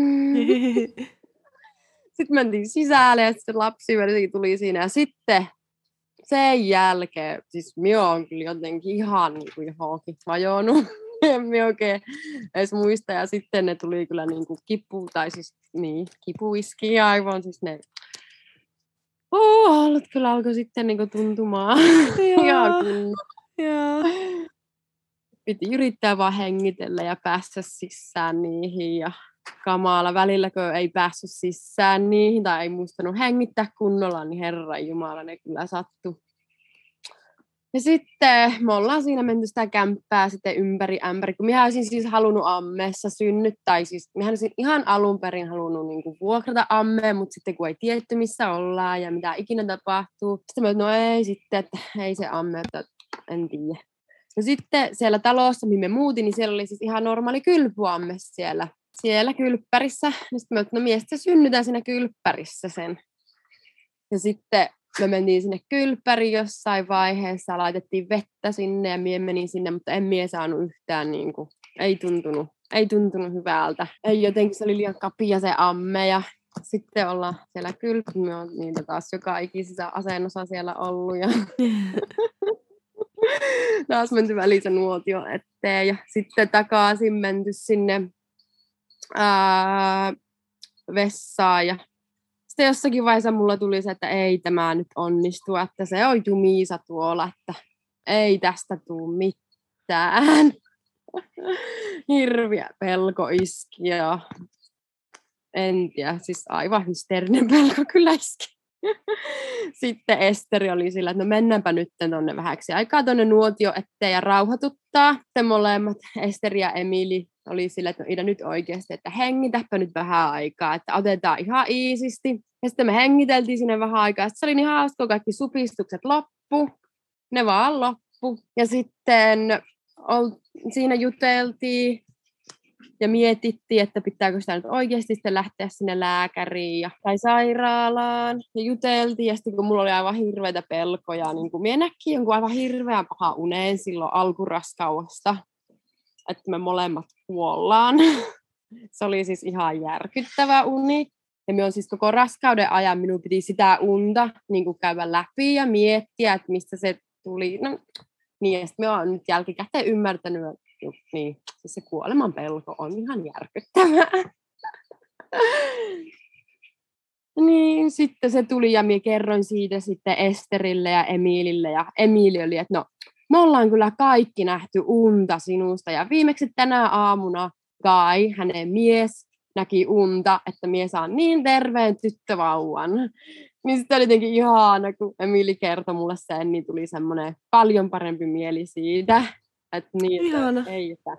Sitten mentiin sisälle ja sitten lapsi tuli siinä ja sitten sen jälkeen, siis minä olen kyllä jotenkin ihan niin kuin johonkin vajonnut. En minä oikein edes muista. Ja sitten ne tuli kyllä niin kuin kipu iski aivan. Siis ne aallot kyllä alkoi sitten niin kuin tuntumaan. Joo. Piti yrittää vaan hengitellä ja päästä sisään niihin. Ja kamala välillä, kun ei päässyt sisään niihin tai ei muistanut hengittää kunnolla, niin Herran Jumala, ne kyllä sattui. Ja sitten me ollaan siinä menty sitä kämppää sitten ympäri ämpäri, kun minä olisin siis halunnut ammeessa synnyttää, siis minä olisin ihan alun perin halunnut niin kuin vuokrata ammeen, mutta sitten kun ei tiedetty missä ollaan ja mitä ikinä tapahtuu, sitten mä no ei sitten, että ei se amme, että en tiedä. Ja sitten siellä talossa, mihin me muutin, niin siellä oli siis ihan normaali kylpyamme siellä kylppärissä. Ja sitten mä no miestä synnytään siinä kylppärissä sen. Ja sitten me mentiin sinne kylppäriin jossain vaiheessa, laitettiin vettä sinne ja mie menin sinne, mutta en mie saanut yhtään, niin kuin, ei tuntunut hyvältä. Ei jotenkin, se oli liian kapia se amme ja sitten ollaan siellä kylppärissä, niitä taas joka ikisessä asennossa siellä ollut ja taas menty välissä nuotio eteen ja sitten takaisin menty sinne vessaan ja sitten jossakin vaiheessa mulla tuli se, että ei tämä nyt onnistu, että se on jumiisa tuolla, että ei tästä tule mitään. Hirviä pelko iski ja en tiedä, siis aivan hysteerinen pelko kyllä iski. Sitten Esteri oli sillä, että no mennäänpä nyt tuonne vähäksi aikaa tuonne nuotio eteen ja rauhoituttaa. Sitten molemmat, Esteri ja Emili, oli sillä, että no Ida nyt oikeasti, että hengitäpä nyt vähän aikaa, että otetaan ihan iisisti. Ja sitten me hengiteltiin sinne vähän aikaa. Sitten se oli niin hauska, kun kaikki supistukset loppu. Ne vaan loppu. Ja sitten siinä juteltiin Ja mietittiin, että pitääkö sitä nyt oikeasti sitten lähteä sinne lääkäriin tai sairaalaan. Ja juteltiin, ja sitten kun mulla oli aivan hirveitä pelkoja, niin kun minä näkin jonkun aivan hirveän paha uneen silloin alkuraskaudesta, että me molemmat kuollaan. Se oli siis ihan järkyttävä uni. Ja minä on siis koko raskauden ajan, minun piti sitä unta niin kuin käydä läpi ja miettiä, että mistä se tuli. No, niin, ja sitten minä olen nyt jälkikäteen ymmärtänyt, että niin, siis se kuoleman pelko on ihan järkyttävää. Niin, sitten se tuli ja minä kerroin siitä sitten Esterille ja Emiilille. Ja Emiili oli, että no, me ollaan kyllä kaikki nähty unta sinusta. Ja viimeksi tänä aamuna Kai, hänen mies, näki unta, että mie saan niin terveen tyttövauvan. Niin sitten oli jotenkin ihana, kun Emiili kertoi mulle sen, niin tuli semmoinen paljon parempi mieli siitä. Että niin, että ei että.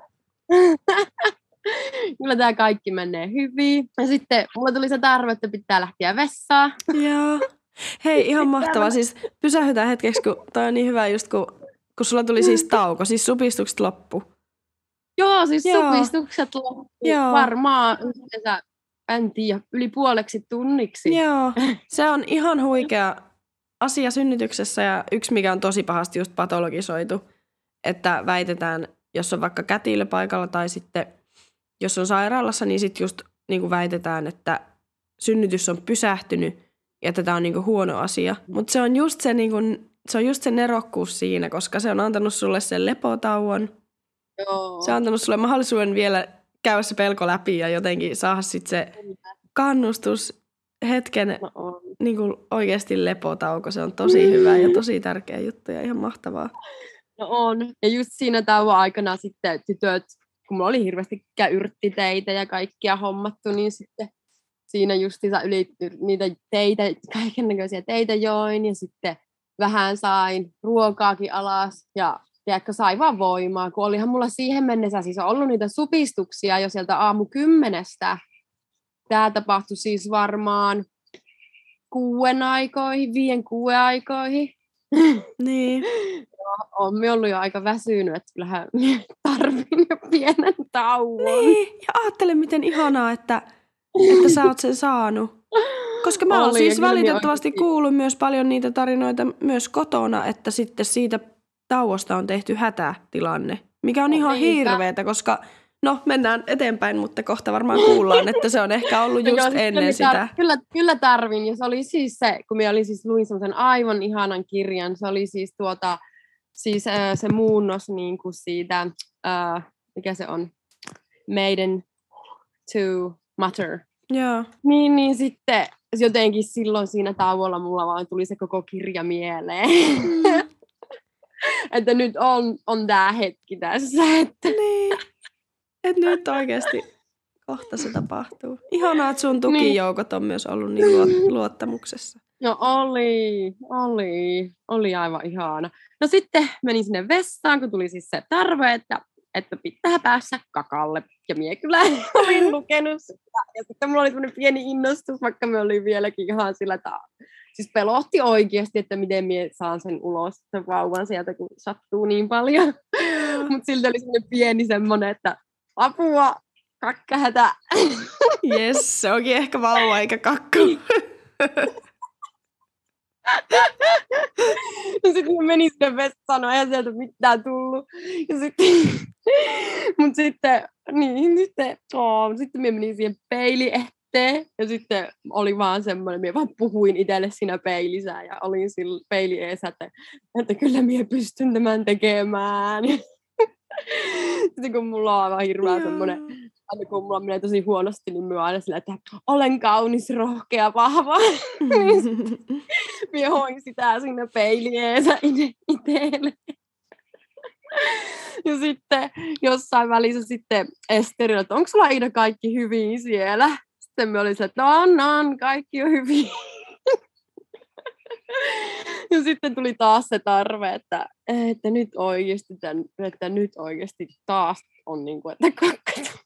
Kyllä tämä kaikki menee hyvin. Ja sitten mulla tuli se tarve, että pitää lähteä vessaan. Joo. Hei, ihan mahtavaa. Siis pysähytään hetkeksi, kun toi on niin hyvä just, kun sulla tuli siis tauko, siis supistukset loppu. Joo, siis supistukset loppu. Varmaan yhteensä, en tiedä, yli puoleksi tunniksi. Joo, se on ihan huikea asia synnytyksessä ja yksi, mikä on tosi pahasti just patologisoitu, että väitetään, jos on vaikka kätilö paikalla tai sitten jos on sairaalassa, niin sitten just niin kuin väitetään, että synnytys on pysähtynyt ja että tämä on niin kuin huono asia. Mutta se on just se, niin kuin, se on just se nerokkuus siinä, koska se on antanut sulle sen lepotauon. Joo. Se on antanut sulle mahdollisuuden vielä käydä se pelko läpi ja jotenkin saada sitten se kannustus hetken niin kuin oikeasti lepotauko. Se on tosi hyvä ja tosi tärkeä juttu ja ihan mahtavaa. No on. Ja just siinä tauon aikana sitten tytöt, kun mulla oli hirveästi yrttiteitä ja kaikkia hommattu, niin sitten siinä justiinsa yli niitä teitä, kaikennäköisiä teitä join ja sitten vähän sain ruokaakin alas ja tiedätkö, sai vaan voimaa, kun olihan mulla siihen mennessä siis ollut niitä supistuksia jo sieltä aamu 10. Tämä tapahtui siis varmaan 6 aikoihin, 5-6 aikoihin. Niin. Olen ollut jo aika väsynyt, että kyllähän tarvin jo pienen tauon. Niin, ja ajattele miten ihanaa, että sä oot sen saanut. Koska mä oon siis valitettavasti kuullut myös paljon niitä tarinoita myös kotona, että sitten siitä tauosta on tehty hätätilanne, mikä on ihan hirveetä, koska no mennään eteenpäin, mutta kohta varmaan kuullaan, että se on ehkä ollut just ennen sitä. Kyllä tarvin, ja se oli siis se, kun minä luin semmoisen aivan ihanan kirjan, se oli siis se muunnos niin kuin siitä, mikä se on, Maiden to Matter. Joo. Niin sitten jotenkin silloin siinä tauolla mulla vaan tuli se koko kirja mieleen. Että nyt on tämä hetki tässä. Että. Niin. Että nyt oikeasti kohta se tapahtuu. Ihanaa, että sun tukijoukot on myös ollut niin luottamuksessa. No oli aivan ihana. No sitten menin sinne vessaan, kun tuli siis se tarve, että pitää päässä kakalle. Ja minä kyllä olin lukenut sitä. Ja sitten mulla oli semmoinen pieni innostus, vaikka me olin vieläkin ihan sillä, että siis pelotti oikeasti, että miten minä saan sen ulos, sen vauvan sieltä, kun sattuu niin paljon. Mutta siltä oli semmoinen pieni semmoinen, että apua, kakkahätä. Jes, se onkin ehkä vauva eikä kakka. Ja sitten mä menin sinne vessaan, no eihän sieltä mitään tullut. Ja sitten mä menin siihen peili eteen. Ja sitten oli vaan semmoinen, mä vaan puhuin itselle siinä peilissä ja olin sillä peili eessä, että kyllä mä pystyn tämän tekemään. Sitten kun mulla on aivan hirveä semmoinen, aina kun mulla menee tosi huonosti, niin mä aina sillä, että olen kaunis, rohkea, vahva. Mä hoin sitä siinä peilieensä itselle. Ja sitten jossain välissä sitten Esterillä, että onko sulla Iida kaikki hyvin siellä? Sitten mä olin sillä, että on, kaikki on hyvin. Ja sitten tuli taas se tarve, että nyt oikeasti taas on niin kuin, että kakka.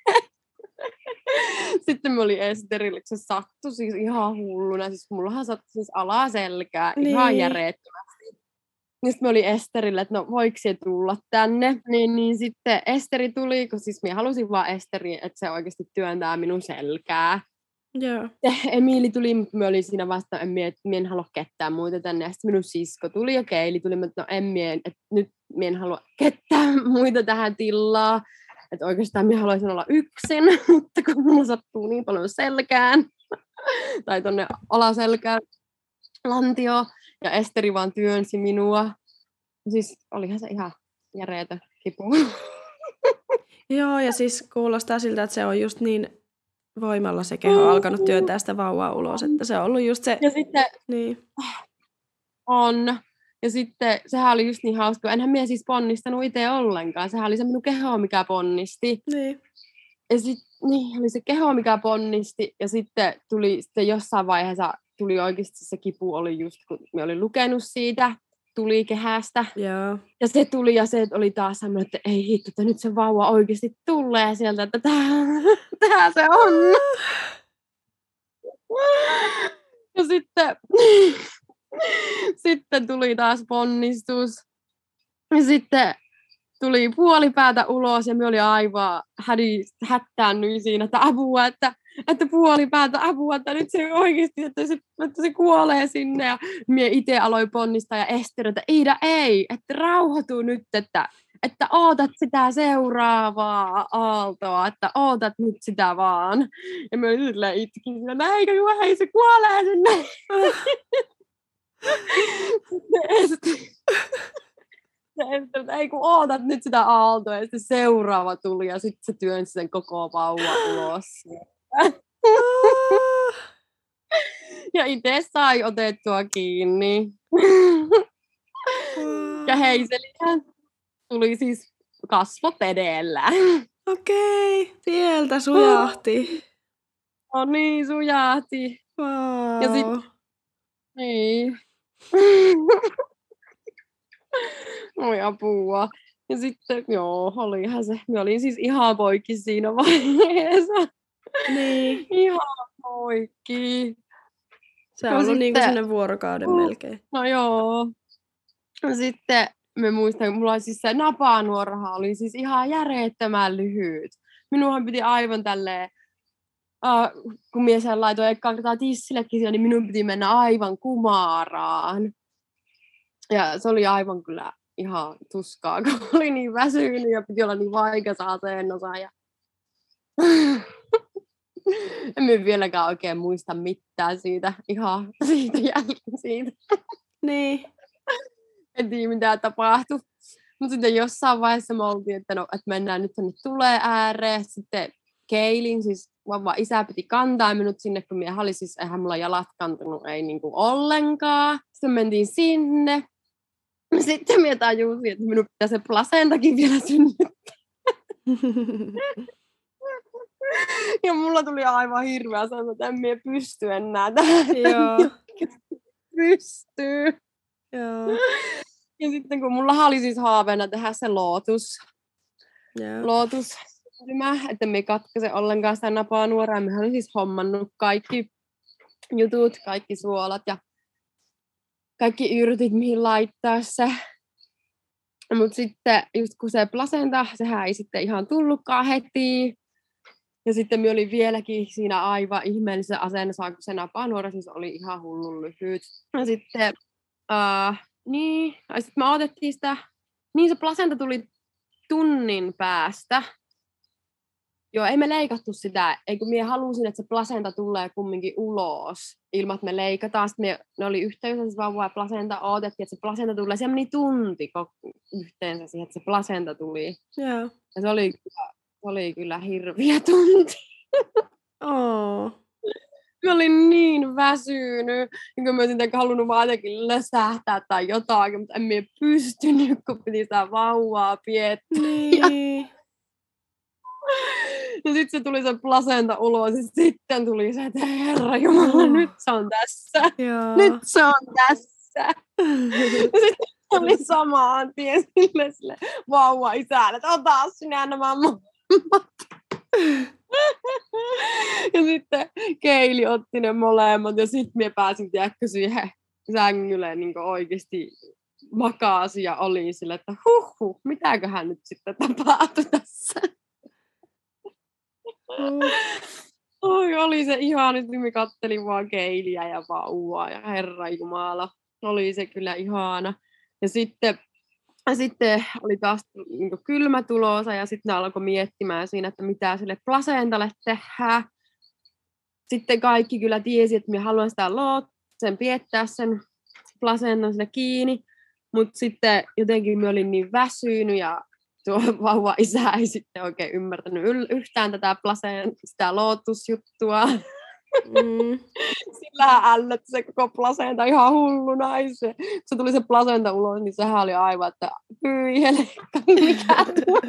Sitten mä olin Esterille, se sattui siis ihan hulluna. Siis mullahan sattui siis alaselkää ihan järjettömästi. Niin sitten me oli Esterille, että no voiko se tulla tänne. Niin sitten Esteri tuli, kun siis minä halusin vaan Esteriin, että se oikeasti työntää minun selkää. Joo. Emiili tuli, mutta me olin siinä vasta, että en halua ketään muita tänne. Ja sitten minun sisko tuli ja Keili tuli, mutta no että nyt en halua ketään muita tähän tillaan. Että oikeastaan minä haluaisin olla yksin, mutta kun minulla sattuu niin paljon selkään, tai tonne alaselkään lantioon, ja Esteri vaan työnsi minua. Siis olihan se ihan järeetä kipu. Joo, ja siis kuulostaa siltä, että se on just niin voimalla se keho alkanut työntää sitä vauvaa ulos, että se on ollut just se... Ja sitten Niin. on. Ja sitten sehän oli just niin hauska. Enhän minä siis ponnistanut itse ollenkaan. Sehän oli se minun keho, mikä ponnisti. Niin. Ja sitten niin, oli se keho, mikä ponnisti. Ja sitten tuli sitten jossain vaiheessa tuli oikeasti se kipu oli just, kun minä olin lukenut siitä, tuli kehästä. Joo. Ja se tuli ja se oli taas semmoinen, että ei hitto, että nyt se vauva oikeasti tulee sieltä, että tää se on. Ja sitten tuli taas ponnistus. Ja sitten tuli puolipäätä ulos ja me oli aivan hättäännyin siinä, että apua, että puolipäätä apua, että nyt se oikeasti, että se kuolee sinne. Ja minä itse aloin ponnistaa ja Esteri, että Iida ei, että rauhoitu nyt, että ootat sitä seuraavaa aaltoa, että ootat nyt sitä vaan. Ja me olin silleen itkin, eikö juo, hei se kuolee sinne. Sitten ei kun ootat nyt sitä aaltoa ja sitten seuraava tuli ja sitten se työnsi sen koko vauva ulos. Ja itse sai otettua kiinni. Ja Heiselihän tuli siis kasvot edellä. Okei, sieltä sujahti. No niin, sujahti. Wow. Ja sitten niin. Oi apua. Ja sitten, joo, olihan se. Mä olin siis ihan poikki siinä vaiheessa. Niin. Ihan poikki. Se on ollut niinku sellainen vuorokauden melkein. No joo. Sitten mä muistan, mulla oli siis se napanuoraha oli siis ihan järjettömän lyhyt. Minunhan piti aivan tälleen, kun mies laitoi ekaa kertaa tissillekin siellä, niin minun piti mennä aivan kumaraan. Ja se oli aivan kyllä ihan tuskaa, kun oli niin väsynyt ja piti olla niin vaikeassa asennossa. Ja... en vieläkään oikein muista mitään siitä jälkeen siitä. Niin. En tiedä, mitä tapahtui. Mutta sitten jossain vaiheessa me oltiin, että mennään nyt tänne tulee ääreen. Sitten Keilin, siis vauva isä piti kantaa minut sinne, kun minä olin siis, eihän mulla jalat kantunut, ei niinku ollenkaan. Sitten mentiin sinne. Sitten minä tajusin, että minun pitää se placentakin vielä synnyttää. Ja mulla tuli aivan hirveä sanoa, että en minä pysty enää tähän. Joo. Pystyy. Joo. Ja sitten kun mulla oli siis haaveena tehdä se lootus, että me katkaise ollenkaan sitä napanuoraa. Me olin siis hommannut kaikki jutut, kaikki suolat ja kaikki yrtit, mihin laittaa se. Mutta sitten just kun se placenta, sehän ei sitten ihan tullutkaan heti. Ja sitten minä olin vieläkin siinä aivan ihmeellisessä asennossa, kun se napanuora siis oli ihan hullun lyhyt. Ja sitten, niin, ja sitten me otettiin sitä, niin se placenta tuli tunnin päästä. Joo, ei me leikattu sitä, eikö minä halusin, että se placenta tulee kumminkin ulos, ilman että me leikataan. Sitten ne oli yhteydessä, siis vauva ja placenta odotettiin, että se placenta tulee. Se meni tunti yhteensä siihen, että se placenta tuli. Joo. Ja se oli kyllä hirviä tunti. Oh. Mä olin niin väsynyt, kun mä olisin halunnut vaan jotenkin läsähtää tai jotakin, mutta en minä pystynyt, kun piti sitä vauvaa piettää. Niin. Ja sitten se tuli se placenta ulos ja sitten tuli se, että herra jumala, nyt se on tässä. Joo. Nyt se on tässä. Ja sitten oli samaan tien sille vauva isälle, että ota sinä nämä molemmat. Ja sitten Keili otti ne molemmat ja sitten minä pääsin tiedäkö siihen sängylle niin oikeasti makasi ja oli sillä, että mitäköhän nyt sitten tapahtui tässä. Oi, oli se ihan, nyt me kattelin vaan Keiliä ja vauvaa ja herranjumala. Oli se kyllä ihana. Ja sitten oli taas niin kylmä tulossa ja sitten ne alkoi miettimään siinä, että mitä sille placentalle tehdään. Sitten kaikki kyllä tiesi, että minä haluan sitä sen piettää sen placentan sinne kiinni. Mutta sitten jotenkin minä olin niin väsynyt ja tuo vauva isä ei sitten oikein ymmärtänyt yhtään tätä sitä lootusjuttua. Sillähän ällötti se koko placenta ihan hulluna. Se, kun se tuli se placenta ulos, niin sehän oli aivan, että hyi helekka, mikä tuo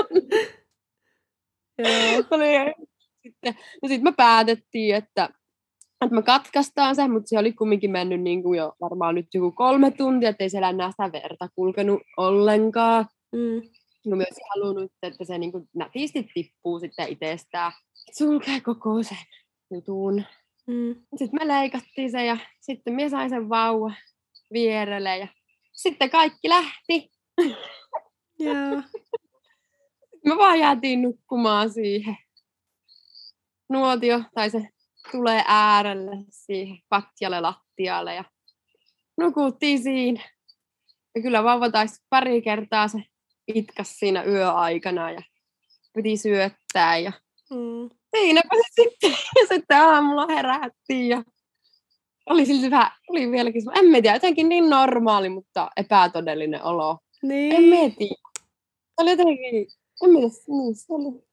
on. Sitten me päätettiin, että me katkaistaan se, mutta se oli kumminkin mennyt niin kuin jo varmaan nyt joku 3 tuntia, ettei siellä enää sitä verta kulkenut ollenkaan. Mä myös halunnut, että se niin kuin nätisti tippuu sitten itsestään. Sulkee koko sen jutun. Sitten me leikattiin se ja sitten minä sain sen vauva vierelle ja sitten kaikki lähti. Yeah. Me vaan jäätiin nukkumaan siihen. Nuotio tai se tulee äärelle siihen patjalle lattialle ja nukuttiin siinä. Ja kyllä vauva taisi pari kertaa se itkas siinä yöaikana ja piti syöttää ja siinäpä se sitten. Ja sitten aamulla herättiin ja oli silti vähän, oli vieläkin, en tiedä, jotenkin niin normaali, mutta epätodellinen olo. Niin. En tiedä. Se oli jotenkin, en tiedä, niin se oli.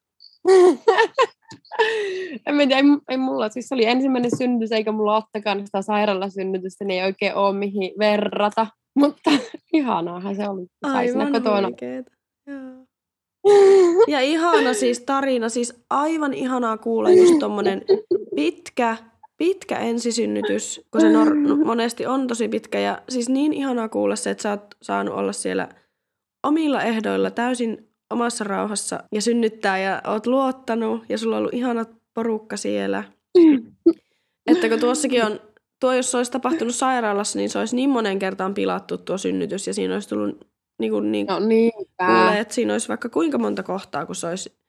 En tiedä, ei mulla, siis se oli ensimmäinen synnytys, eikä mulla ottakaan sitä sairaalasynnytystä, niin ei oikein ole mihin verrata. Mutta ihanaahan se oli. Aivan huikeeta. Ja ihana siis tarina, siis aivan ihanaa kuulla just tommonen pitkä ensisynnytys, kun se monesti on tosi pitkä. Ja siis niin ihanaa kuulla se, että sä oot saanut olla siellä omilla ehdoilla täysin omassa rauhassa ja synnyttää ja oot luottanut ja sulla on ollut ihana porukka siellä. Että kun tuossakin on, jos se olisi tapahtunut sairaalassa, niin se olisi niin monen kertaan pilattu tuo synnytys ja siinä olisi tullut kuulee, että siinä olisi vaikka kuinka monta kohtaa, kun se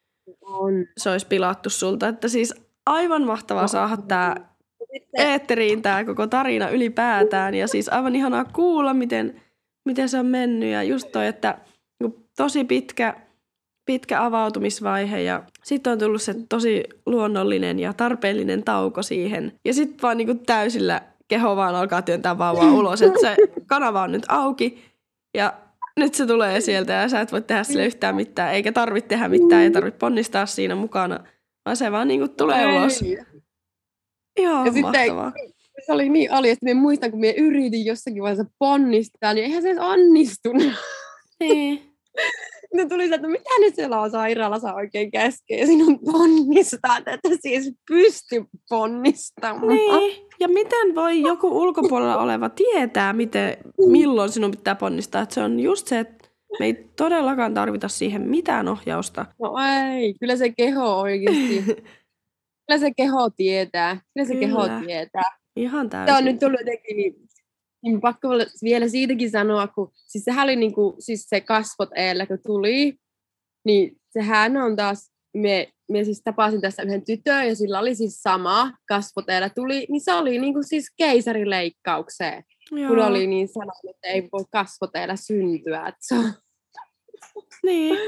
olisi pilattu sulta. Että siis aivan mahtavaa saada tämä eetteriin tämä koko tarina ylipäätään ja siis aivan ihanaa kuulla, miten se on mennyt ja just toi, että tosi pitkä avautumisvaihe ja sitten on tullut se tosi luonnollinen ja tarpeellinen tauko siihen. Ja sitten vaan niinku täysillä keho vaan alkaa työntää vauvaa ulos, että se kanava on nyt auki ja nyt se tulee sieltä ja sä et voi tehdä sille yhtään mitään, eikä tarvitse tehdä mitään, ei tarvitse ponnistaa siinä mukana, vaan se vaan niinku tulee ulos. Ihan ja mahtavaa. Se oli niin että minä muistan, kun minä yritin jossakin vaiheessa ponnistaa, niin eihän se edes onnistunut. Niin. Ne tuli että mitä nyt siellä on sairaalassa oikein käskee sinun ponnistaa, että siis pysty ponnistamaan. Niin, ja miten voi joku ulkopuolella oleva tietää, milloin sinun pitää ponnistaa? Että se on just se, että me ei todellakaan tarvita siihen mitään ohjausta. No ei, kyllä se keho oikeasti. Kyllä se keho tietää. Ihan täysin. Se on nyt tullut jotenkin niin pakko vielä siitäkin sanoa, kun siis sehän oli niinku, siis se kasvot eellä, kun tuli, niin sehän on taas, me siis tapasin tässä yhden tytön, ja sillä oli siis sama kasvot eellä tuli, niin se oli niinku siis keisarileikkaukseen, kun oli niin sanonut, että ei voi kasvot eellä syntyä, että se on. Niin,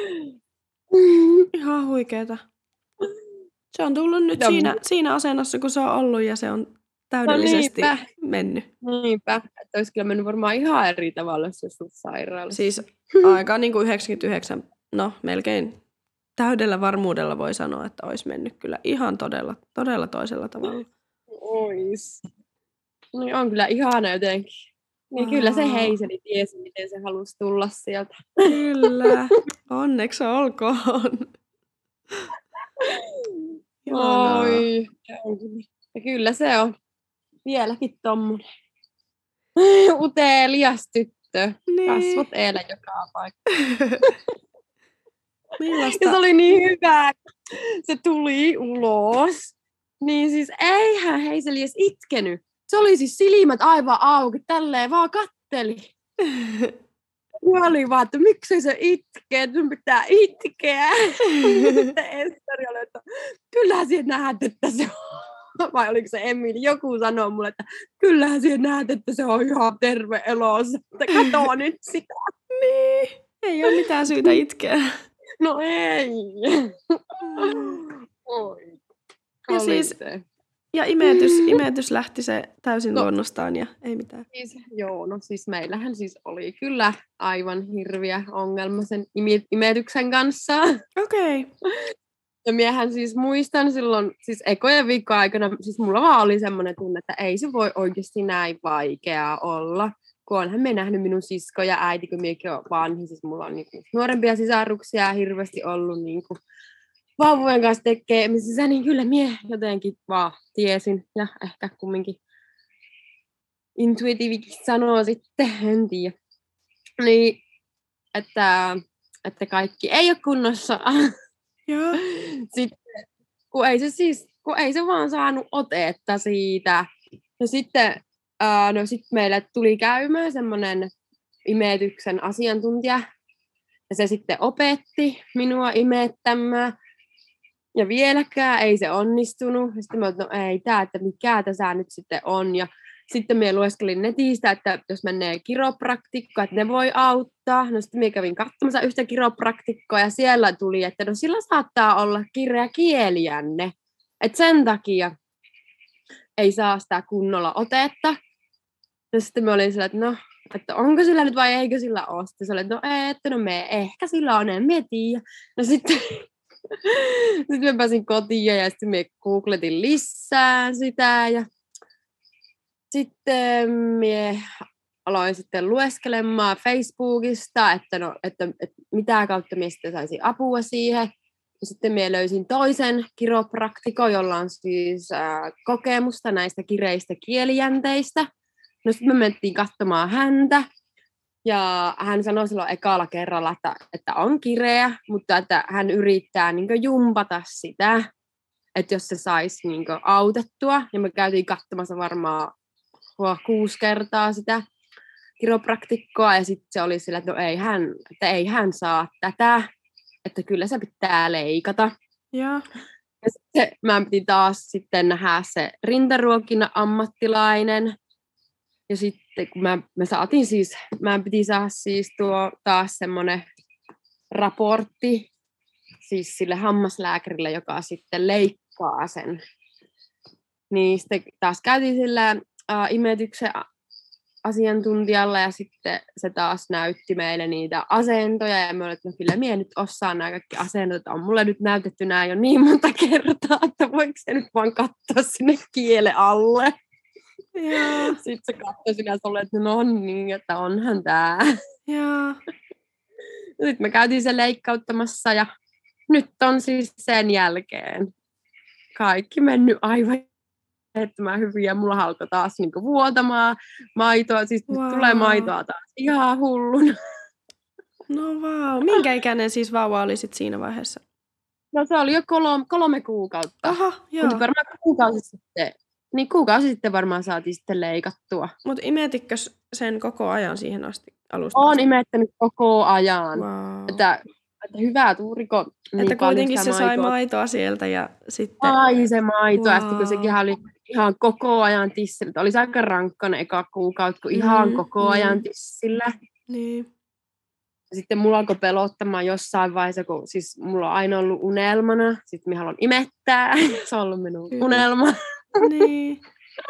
ihan huikeeta. Se on tullut nyt siinä asennossa, kun se on ollut, ja se on täydellisesti mennyt. Niinpä, että olisi kyllä mennyt varmaan ihan eri tavalla, jos se olisi sairaalassa. Siis aika niin kuin 99, no melkein täydellä varmuudella voi sanoa, että olisi mennyt kyllä ihan todella toisella tavalla. Ois. Niin on kyllä ihana jotenkin. Niin kyllä se Heiseli tiesi, miten se halusi tulla sieltä. Kyllä, onneksi olkoon. Oi, ja kyllä se on vieläkin tommonen utelias tyttö. Niin. Kasvot eellä joka paikka. Millaista? Ja se oli niin hyvä, se tuli ulos. Niin siis eihän Heiseli edes itkenyt. Se oli siis silmät aivan auki, tälleen vaan katteli. Mä olin vaan, että miksei se itkee, että sun pitää itkeä. Sitten Esteri oli, että kyllähän siihen näet, että se on. Vai oliko se Emili? Joku sanoi mulle, että kyllähän siihen näet, että se on ihan terve elossa. Että katso nyt sitä. Niin, ei ole mitään syytä itkeä. No ei. Oi. Ja Oli siis- se. Ja imetys lähti se täysin luonnostaan ja ei mitään. Siis meillähän siis oli kyllä aivan hirviä ongelma sen imetyksen kanssa. Okei. Ja miehän siis muistan silloin, siis ekojen viikkojen aikana, siis mulla vaan oli semmoinen tunne, että ei se voi oikeasti näin vaikeaa olla. Kun onhan me nähnyt minun sisko ja äiti, kun minäkin olen vanhi, siis mulla on niinku nuorempia sisaruksia hirveästi ollut niinku vauvojen kanssa tekemisissä, niin kyllä mie jotenkin vaan tiesin ja ehkä kumminkin intuitiivikin sanoo sitten, en tiedä. Niin, että kaikki ei ole kunnossa. Joo. Sitten, kun ei se vaan saanut otetta siitä. No sitten meille tuli käymään semmoinen imetyksen asiantuntija, ja se sitten opetti minua imettämään. Ja vieläkään ei se onnistunut. Ja sitten mä olin, no ei että mikä tässä nyt sitten on. Ja sitten minä lueskelin netistä, että jos menee kiropraktikkoon, että ne voi auttaa. No sitten minä kävin katsomassa yhtä kiropraktikkoa ja siellä tuli, että no sillä saattaa olla kireä kieliänne. Että sen takia ei saa sitä kunnolla otetta. No sitten mä olin sillä, että no, että onko sillä nyt vai eikö sillä ole. Sitten se oli, että no ei, että no me ehkä sillä on, en tiedä. No sitten mä pääsin kotiin ja sitten mä googletin lisää sitä ja sitten mä aloin sitten lueskelemaan Facebookista, että mitä kautta mä sitten saisin apua siihen. Ja sitten mä löysin toisen kiropraktikon, jolla on siis kokemusta näistä kireistä kielijänteistä. No sitten me mentiin katsomaan häntä. Ja hän sanoi silloin ekalla kerralla, että on kireä, mutta että hän yrittää niin jumpata sitä, että jos se saisi niin autettua. Ja me käytiin katsomassa varmaan 6 kertaa sitä kiropraktikkoa, ja sitten se oli sillä, että no ei hän saa tätä, että kyllä se pitää leikata. Joo. Ja sitten mä piti taas sitten nähdä se rintaruokinnan ammattilainen. Ja sitten kun me saatiin siis, mä piti saada siis taas semmoinen raportti siis sille hammaslääkärille, joka sitten leikkaa sen. Niin sitten taas käytiin sillä imetyksen asiantuntijalla ja sitten se taas näytti meille niitä asentoja ja me olin, että no kyllä minä nyt osaan nämä kaikki asentot, on mulle nyt näytetty nämä jo niin monta kertaa, että voiko se nyt vaan katsoa sinne kielen alle. Joo. Sitten se katsoi sinä ja oli, että no niin, että onhan tämä. Joo. Sitten me käytiin sen leikkauttamassa ja nyt on siis sen jälkeen kaikki mennyt aivan äärettömän hyvin ja mulla alkoi taas niinku vuotamaan maitoa, siis nyt tulee maitoa taas ihan hulluna. No vau. Minkä ikäinen siis vauva oli sit siinä vaiheessa? No se oli jo 3 kuukautta. Aha, joo. Mutta varmaan kuukausi sitten varmaan saatiin sitten leikattua. Mutta imetikö sen koko ajan siihen asti alusta? Olen imettänyt koko ajan. Wow. Että hyvä tuuriko. Niin että kuitenkin se sai maitoa sieltä ja sitten... Ai se maito, Wow. ja sitten kun sekin oli ihan koko ajan tissillä. Oli se aika rankkana eka kuukautta, kun ihan koko ajan tissillä. Niin. Ja sitten mulla alkoi pelottamaan jossain vaiheessa, kun siis mulla on aina ollut unelmana. Sitten minä haluan imettää. Se on ollut minun unelma. Niin.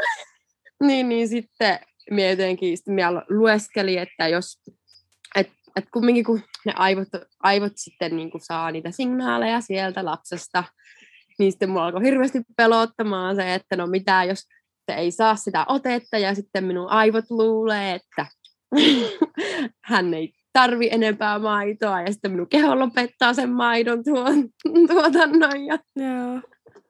niin sitten minä jotenkin minä lueskelin, että jos... Että kumminkin kun ne aivot sitten niin kuin saa niitä signaaleja sieltä lapsesta, niin sitten mulla alkoi hirveästi pelottamaan se, että no mitä jos se ei saa sitä otetta ja sitten minun aivot luulee, että hän ei tarvi enempää maitoa ja sitten minun keho lopettaa sen maidon tuotannon. Ja Joo.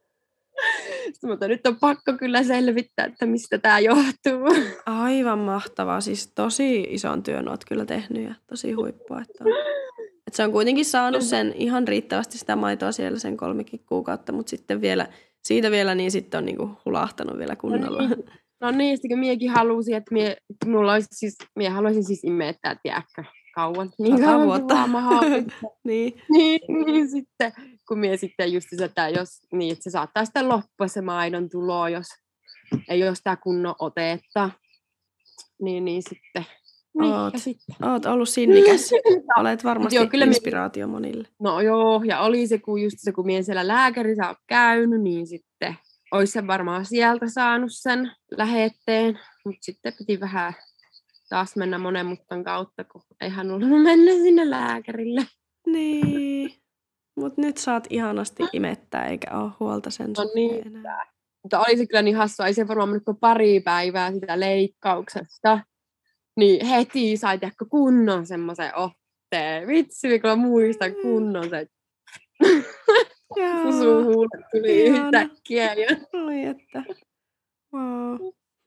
mutta nyt on pakko kyllä selvittää, että mistä tämä johtuu. Aivan mahtavaa. Siis tosi ison työn oot kyllä tehnyt ja tosi huippua. Että se on kuitenkin saanut sen ihan riittävästi sitä maitoa siellä sen 3 kuukautta, mutta sitten vielä, siitä vielä niin sitten on niinku hulahtanut vielä kunnolla. No niin, sitten kun miekin halusin, että mie haluaisin siis imettää, tiedätkö, kauan. Niin 100 kauan vuotta. kuin vaan mahdollista. Niin. niin sitten, kun mie sitten just sitä, jos niin, että se saattaa sitten loppua se maidon tulo, jos ei ole sitä kunnon otetta. Niin sitten. Niin, Oot. ja sitten. Oot ollut sinnikäs. Olet varmasti Joo, kyllä inspiraatio monille. No joo, ja oli se, kun just se, kun mie siellä lääkärissä on käynyt, niin sitten olisi se varmaan sieltä saanut sen lähetteen, mutta sitten piti vähän taas mennä monen mutkan kautta, kun ei halunnut mennä sinne lääkärille. Niin. Mut nyt saat ihanasti imettää, eikä ole huolta sen No suhteen niin. enää. Mutta oli se kyllä niin hassua, ei se varmaan mennyt kuin pari päivää sitä leikkauksesta, niin heti sai tehdä kunnon semmoisen otteen. Vitsi, kun mä muistan kunnon se, kun sun huulet tuli ihana. yhtäkkiä. Ja... Oi että. Wow.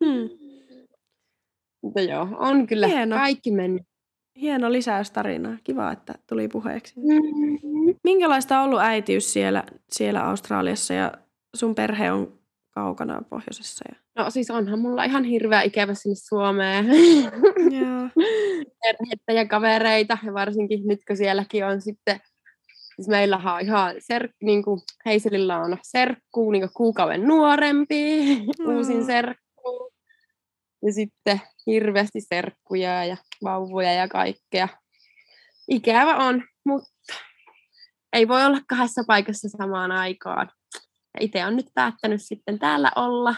Mutta joo, on kyllä Hieno. kaikki mennyt. Hieno lisäys tarinaa. Kiva, että tuli puheeksi. Minkälaista on ollut äitiys siellä Australiassa ja sun perhe on kaukana pohjoisessa? No siis onhan mulla ihan hirveä ikävä sinne Suomeen. Joo. Perhettä ja kavereita, ja varsinkin nyt kun sielläkin on sitten, siis meillähän on ihan niin kuin Heiselillä on serkku, niin kuin kuukauden nuorempi, uusin serkku. Ja sitten hirveästi serkkuja ja vauvoja ja kaikkea. Ikävä on, mutta ei voi olla 2 paikassa samaan aikaan. Itse on nyt päättänyt sitten täällä olla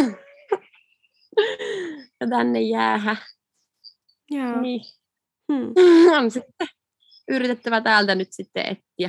ja tänne jäädä. Joo. Niin. On sitten yritettävä täältä nyt sitten etsiä.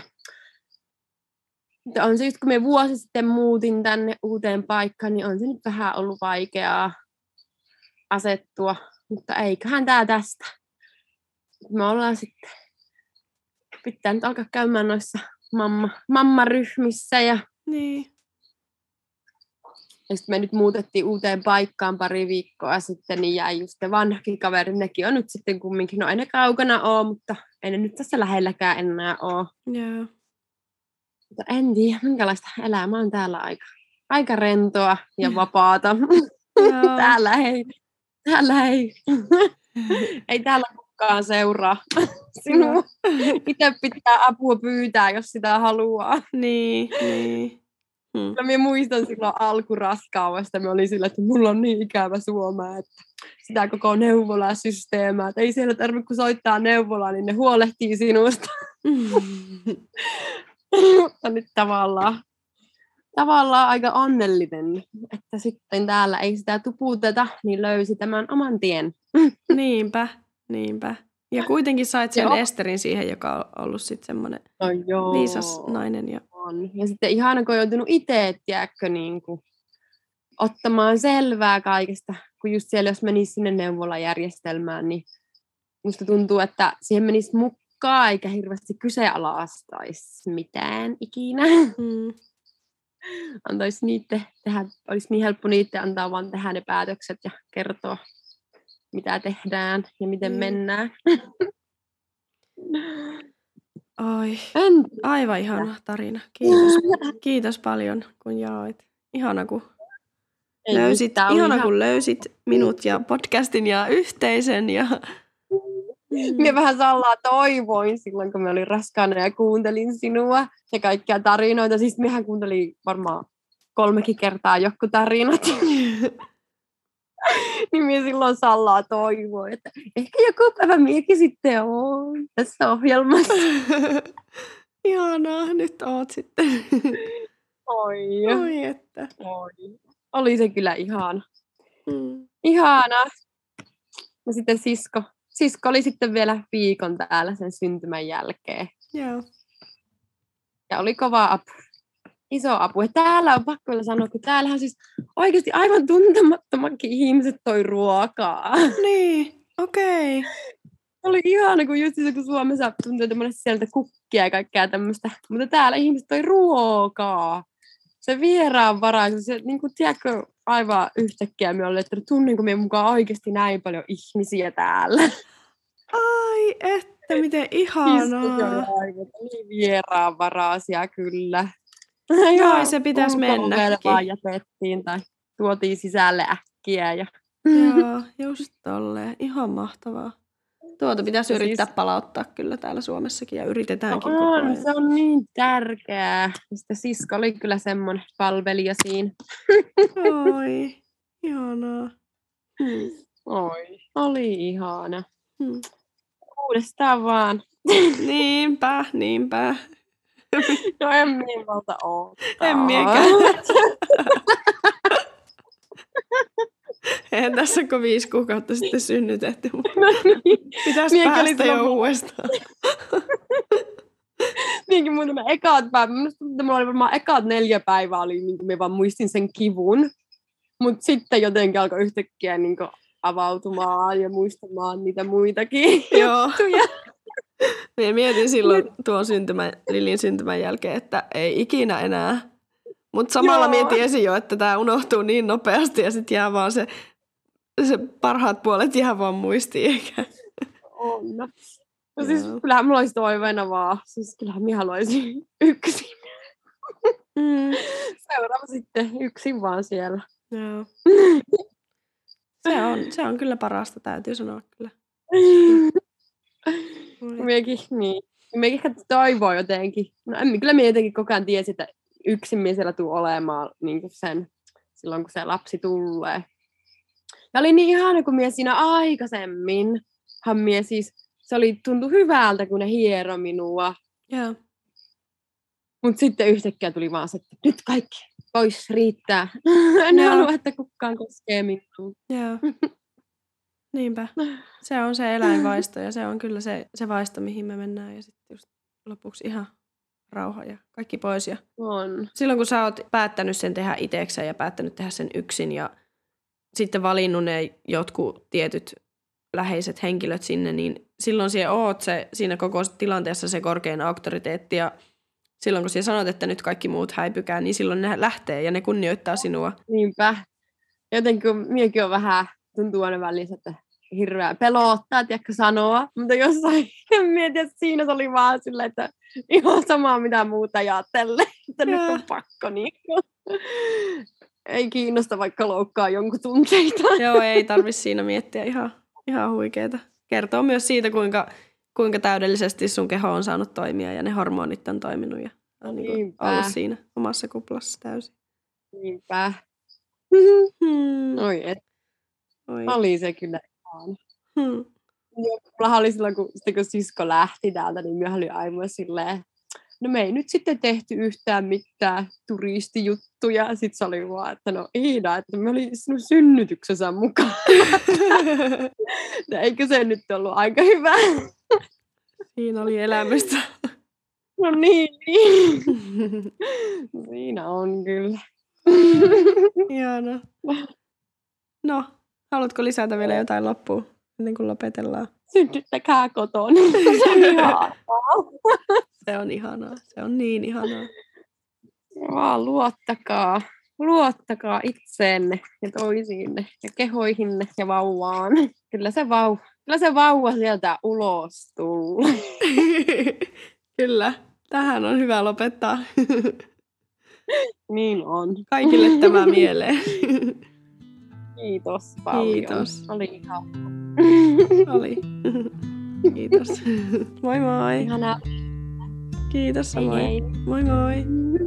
On se just, kun me vuosi sitten muutin tänne uuteen paikkaan, niin on se nyt vähän ollut vaikeaa asettua, mutta eiköhän tää tästä. Me ollaan sitten, pitää nyt alkaa käymään noissa mammaryhmissä ja Niin. sitten me nyt muutettiin uuteen paikkaan pari viikkoa sitten, niin jäi just ne vanhakin kaverit, nekin on nyt sitten kumminkin, no ei ne kaukana ole, mutta ei ne nyt tässä lähelläkään enää ole. Joo. Mutta en tiedä, minkälaista elämä on täällä aika rentoa ja vapaata. Joo. Täällä ei, ei täällä kukaan seuraa sinua. Itse pitää apua pyytää, jos sitä haluaa. Niin. Ja minä muistan silloin alkuraskaudesta, me oli sillä, että mulla on niin ikävä Suomea, että sitä koko neuvolasysteemää, että ei siellä tarvitse, kun soittaa neuvolaa, niin ne huolehtii sinusta. Mutta nyt tavallaan aika onnellinen, että sitten täällä ei sitä tuputeta, niin löysi tämän oman tien. Niinpä. Ja kuitenkin sait sen Joo. Esterin siihen, joka on ollut sitten semmoinen No joo. viisas nainen. Ja... On. Ja sitten ihana, kun on joutunut itse, tiedätkö, niin kuin, ottamaan selvää kaikesta, kun just siellä, jos menisi sinne neuvolajärjestelmään, niin musta tuntuu, että siihen menisi mukaan, eikä hirveästi kyseenalaistaisi mitään ikinä. Antaisi niitä tehdä, olisi niin helppo niitä antaa vaan tehdä ne päätökset ja kertoa, mitä tehdään ja miten mennään. Oi, En aivan ihana tarina. Kiitos. Kiitos paljon, kun jaoit. Ihana, kun ei löysit, mitään, oli ihana, ihan- kun löysit minut ja podcastin ja yhteisen. Ja... Minä vähän Sallaa toivoin silloin, kun mä olin raskaana ja kuuntelin sinua ja kaikkia tarinoita. Siis mehän kuuntelin varmaan 3 kertaa joku tarinat. Niin minä silloin Sallaa toivoin, että ehkä joku päivä miekin sitten on tässä ohjelmassa. Ihanaa, nyt oot sitten. Oi. Oi, että. Oi. Oli se kyllä ihana. Mm. Ihana. Ja sitten sisko oli sitten vielä viikon täällä sen syntymän jälkeen. Joo. Ja oli kova apu. Iso apu. Ja täällä on pakko vielä sanoa, kun täällähän siis oikeasti aivan tuntemattomakin ihmiset toi ruokaa. Niin, okei. Oli ihana, kun just se, kun Suomessa tuntuu, että monesti sieltä kukkia ja kaikkea tämmöistä. Mutta täällä ihmiset toi ruokaa. Se vieraanvaraisuus, se niin kuin, tiedätkö, aivan yhtäkkiä me olemme, että tunnenko me mukaan oikeasti näin paljon ihmisiä täällä. Ai, että miten Istuja ihanaa. aivan niin vieraanvaraisia kyllä. Joo, se pitäisi ulko-ovelle mennäkin. vaan jätettiin tai tuotiin sisälle yhtäkkiä. Ja... Joo, just tolleen. Ihan mahtavaa. Tuota pitäisi Ja yrittää siis- palauttaa kyllä täällä Suomessakin ja yritetäänkin No koko on, ajan. se on niin tärkeää. Ja sitten sisko oli kyllä semmoinen palvelija siinä. Oi, ihanaa. Oi, oli ihana. Hmm. Uudestaan vaan. Niinpä. No en minä valta oottaa. En miekään. Eihän tässä ole kuin 5 kuukautta sitten synnytetty. Pitäisi Miekin oli päästä jo silloin- uudestaan. Niinkin mun nämä ekat päivät. Mulla oli varmaan ekat 4 päivää, oli, niin kuin minä vaan muistin sen kivun. Mutta sitten jotenkin alkoi yhtäkkiä niin kuin avautumaan ja muistamaan niitä muitakin Joo. juttuja. Minä mietin silloin tuon Lilin syntymän jälkeen, että ei ikinä enää. Mutta samalla Joo. mietin esiin jo, että tämä unohtuu niin nopeasti ja sitten jää vaan se parhaat puolet jää vaan muistiin. Eikä. On. No siis Joo. kyllähän mulla olisi toiveena vaan. Siis kyllähän minä haluaisin yksin. Seuraava sitten yksin vaan siellä. Joo. Se on kyllä parasta, täytyy sanoa kyllä. Miekin ehkä toivoo jotenkin. No en kyllä minä jotenkin koko ajan tiesi, että yksin minä siellä tuu olemaan niin kuin sen, silloin, kun se lapsi tulee. Ja oli niin ihana, kun minä siinä aikaisemminhan minä siis, se tuntui hyvältä, kun ne hiero minua. Joo. Mutta sitten yhtäkkiä tuli vaan se, että nyt kaikki pois riittää. En Joo. halua, että kukaan koskee minuun. Joo. Niinpä. Se on se eläinvaisto ja se on kyllä se vaisto, mihin me mennään. Ja sitten just lopuksi ihan rauha ja kaikki pois. Ja On. silloin kun sä oot päättänyt sen tehdä itsekseen ja päättänyt tehdä sen yksin ja sitten valinnut ne jotkut tietyt läheiset henkilöt sinne, niin silloin siellä oot siinä koko tilanteessa se korkein auktoriteetti ja silloin kun siellä sanot, että nyt kaikki muut häipykää, niin silloin ne lähtee ja ne kunnioittaa sinua. Niinpä. Jotenkin kun minäkin on vähän, tuntuu aina välissä, että hirveän pelottaa, tiedätkö sanoa, mutta jossain mietin, että siinä se oli vaan silleen, että ihan samaa mitä muuta ajattelee, että nyt on pakko niin. Ei kiinnosta vaikka loukkaa jonkun tunteita. Joo, ei tarvitse siinä miettiä ihan huikeeta. Kertoo myös siitä, kuinka täydellisesti sun keho on saanut toimia ja ne hormonit on toiminut ja on niin Niinpä. ollut siinä omassa kuplassa täysin. Niinpä. Oi. Oi, oli se kyllä ihana. Hmm. Mulla oli silloin, kun sisko lähti täältä, niin myöhän oli aivan silleen, no me ei nyt sitten tehty yhtään mitään turistijuttuja. Sitten se oli vaan, että no Iida, että me oli sinun synnytyksessä mukaan. Eikö se nyt ollut aika hyvä? Siinä oli elämystä. No niin. Siinä on kyllä. Ihana. No, haluatko lisätä vielä jotain loppuun ennen kuin lopetellaan? Synnyttäkää kotona. Se on ihanaa. Se on ihanaa. Se on niin ihanaa. Vaan luottakaa itseenne ja toisiinne ja kehoihinne ja vauvaan. Kyllä se vauva sieltä ulos tulee. Kyllä. Tähän on hyvä lopettaa. Niin on. Kaikille tämä mieleen. Kiitos paljon. Kiitos. Oli ihan Oli. Kiitos. Moi moi. ihanaa. Kiitos samoin. Hei, hei. Moi moi.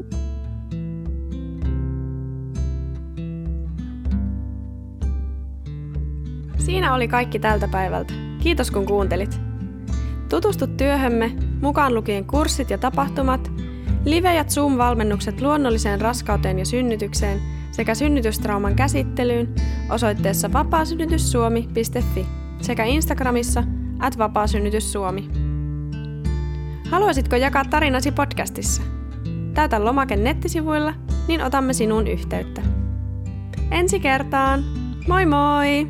Siinä oli kaikki tältä päivältä. Kiitos kun kuuntelit. Tutustu työhömme, mukaan lukien kurssit ja tapahtumat, live- ja Zoom-valmennukset luonnolliseen raskauteen ja synnytykseen sekä synnytystrauman käsittelyyn osoitteessa vapaasynnytyssuomi.fi sekä Instagramissa @vapaasynnytyssuomi. Haluaisitko jakaa tarinasi podcastissa? Täytä lomake nettisivuilla, niin otamme sinuun yhteyttä. Ensi kertaan! Moi moi!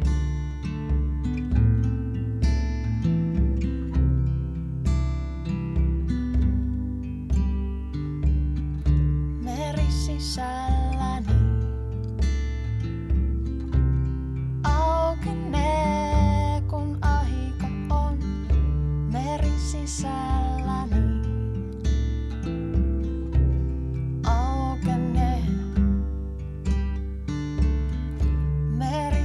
Merisisälläni aukenee, kun aika on. Merisisälläni aukenee. Meri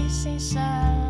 sisällä.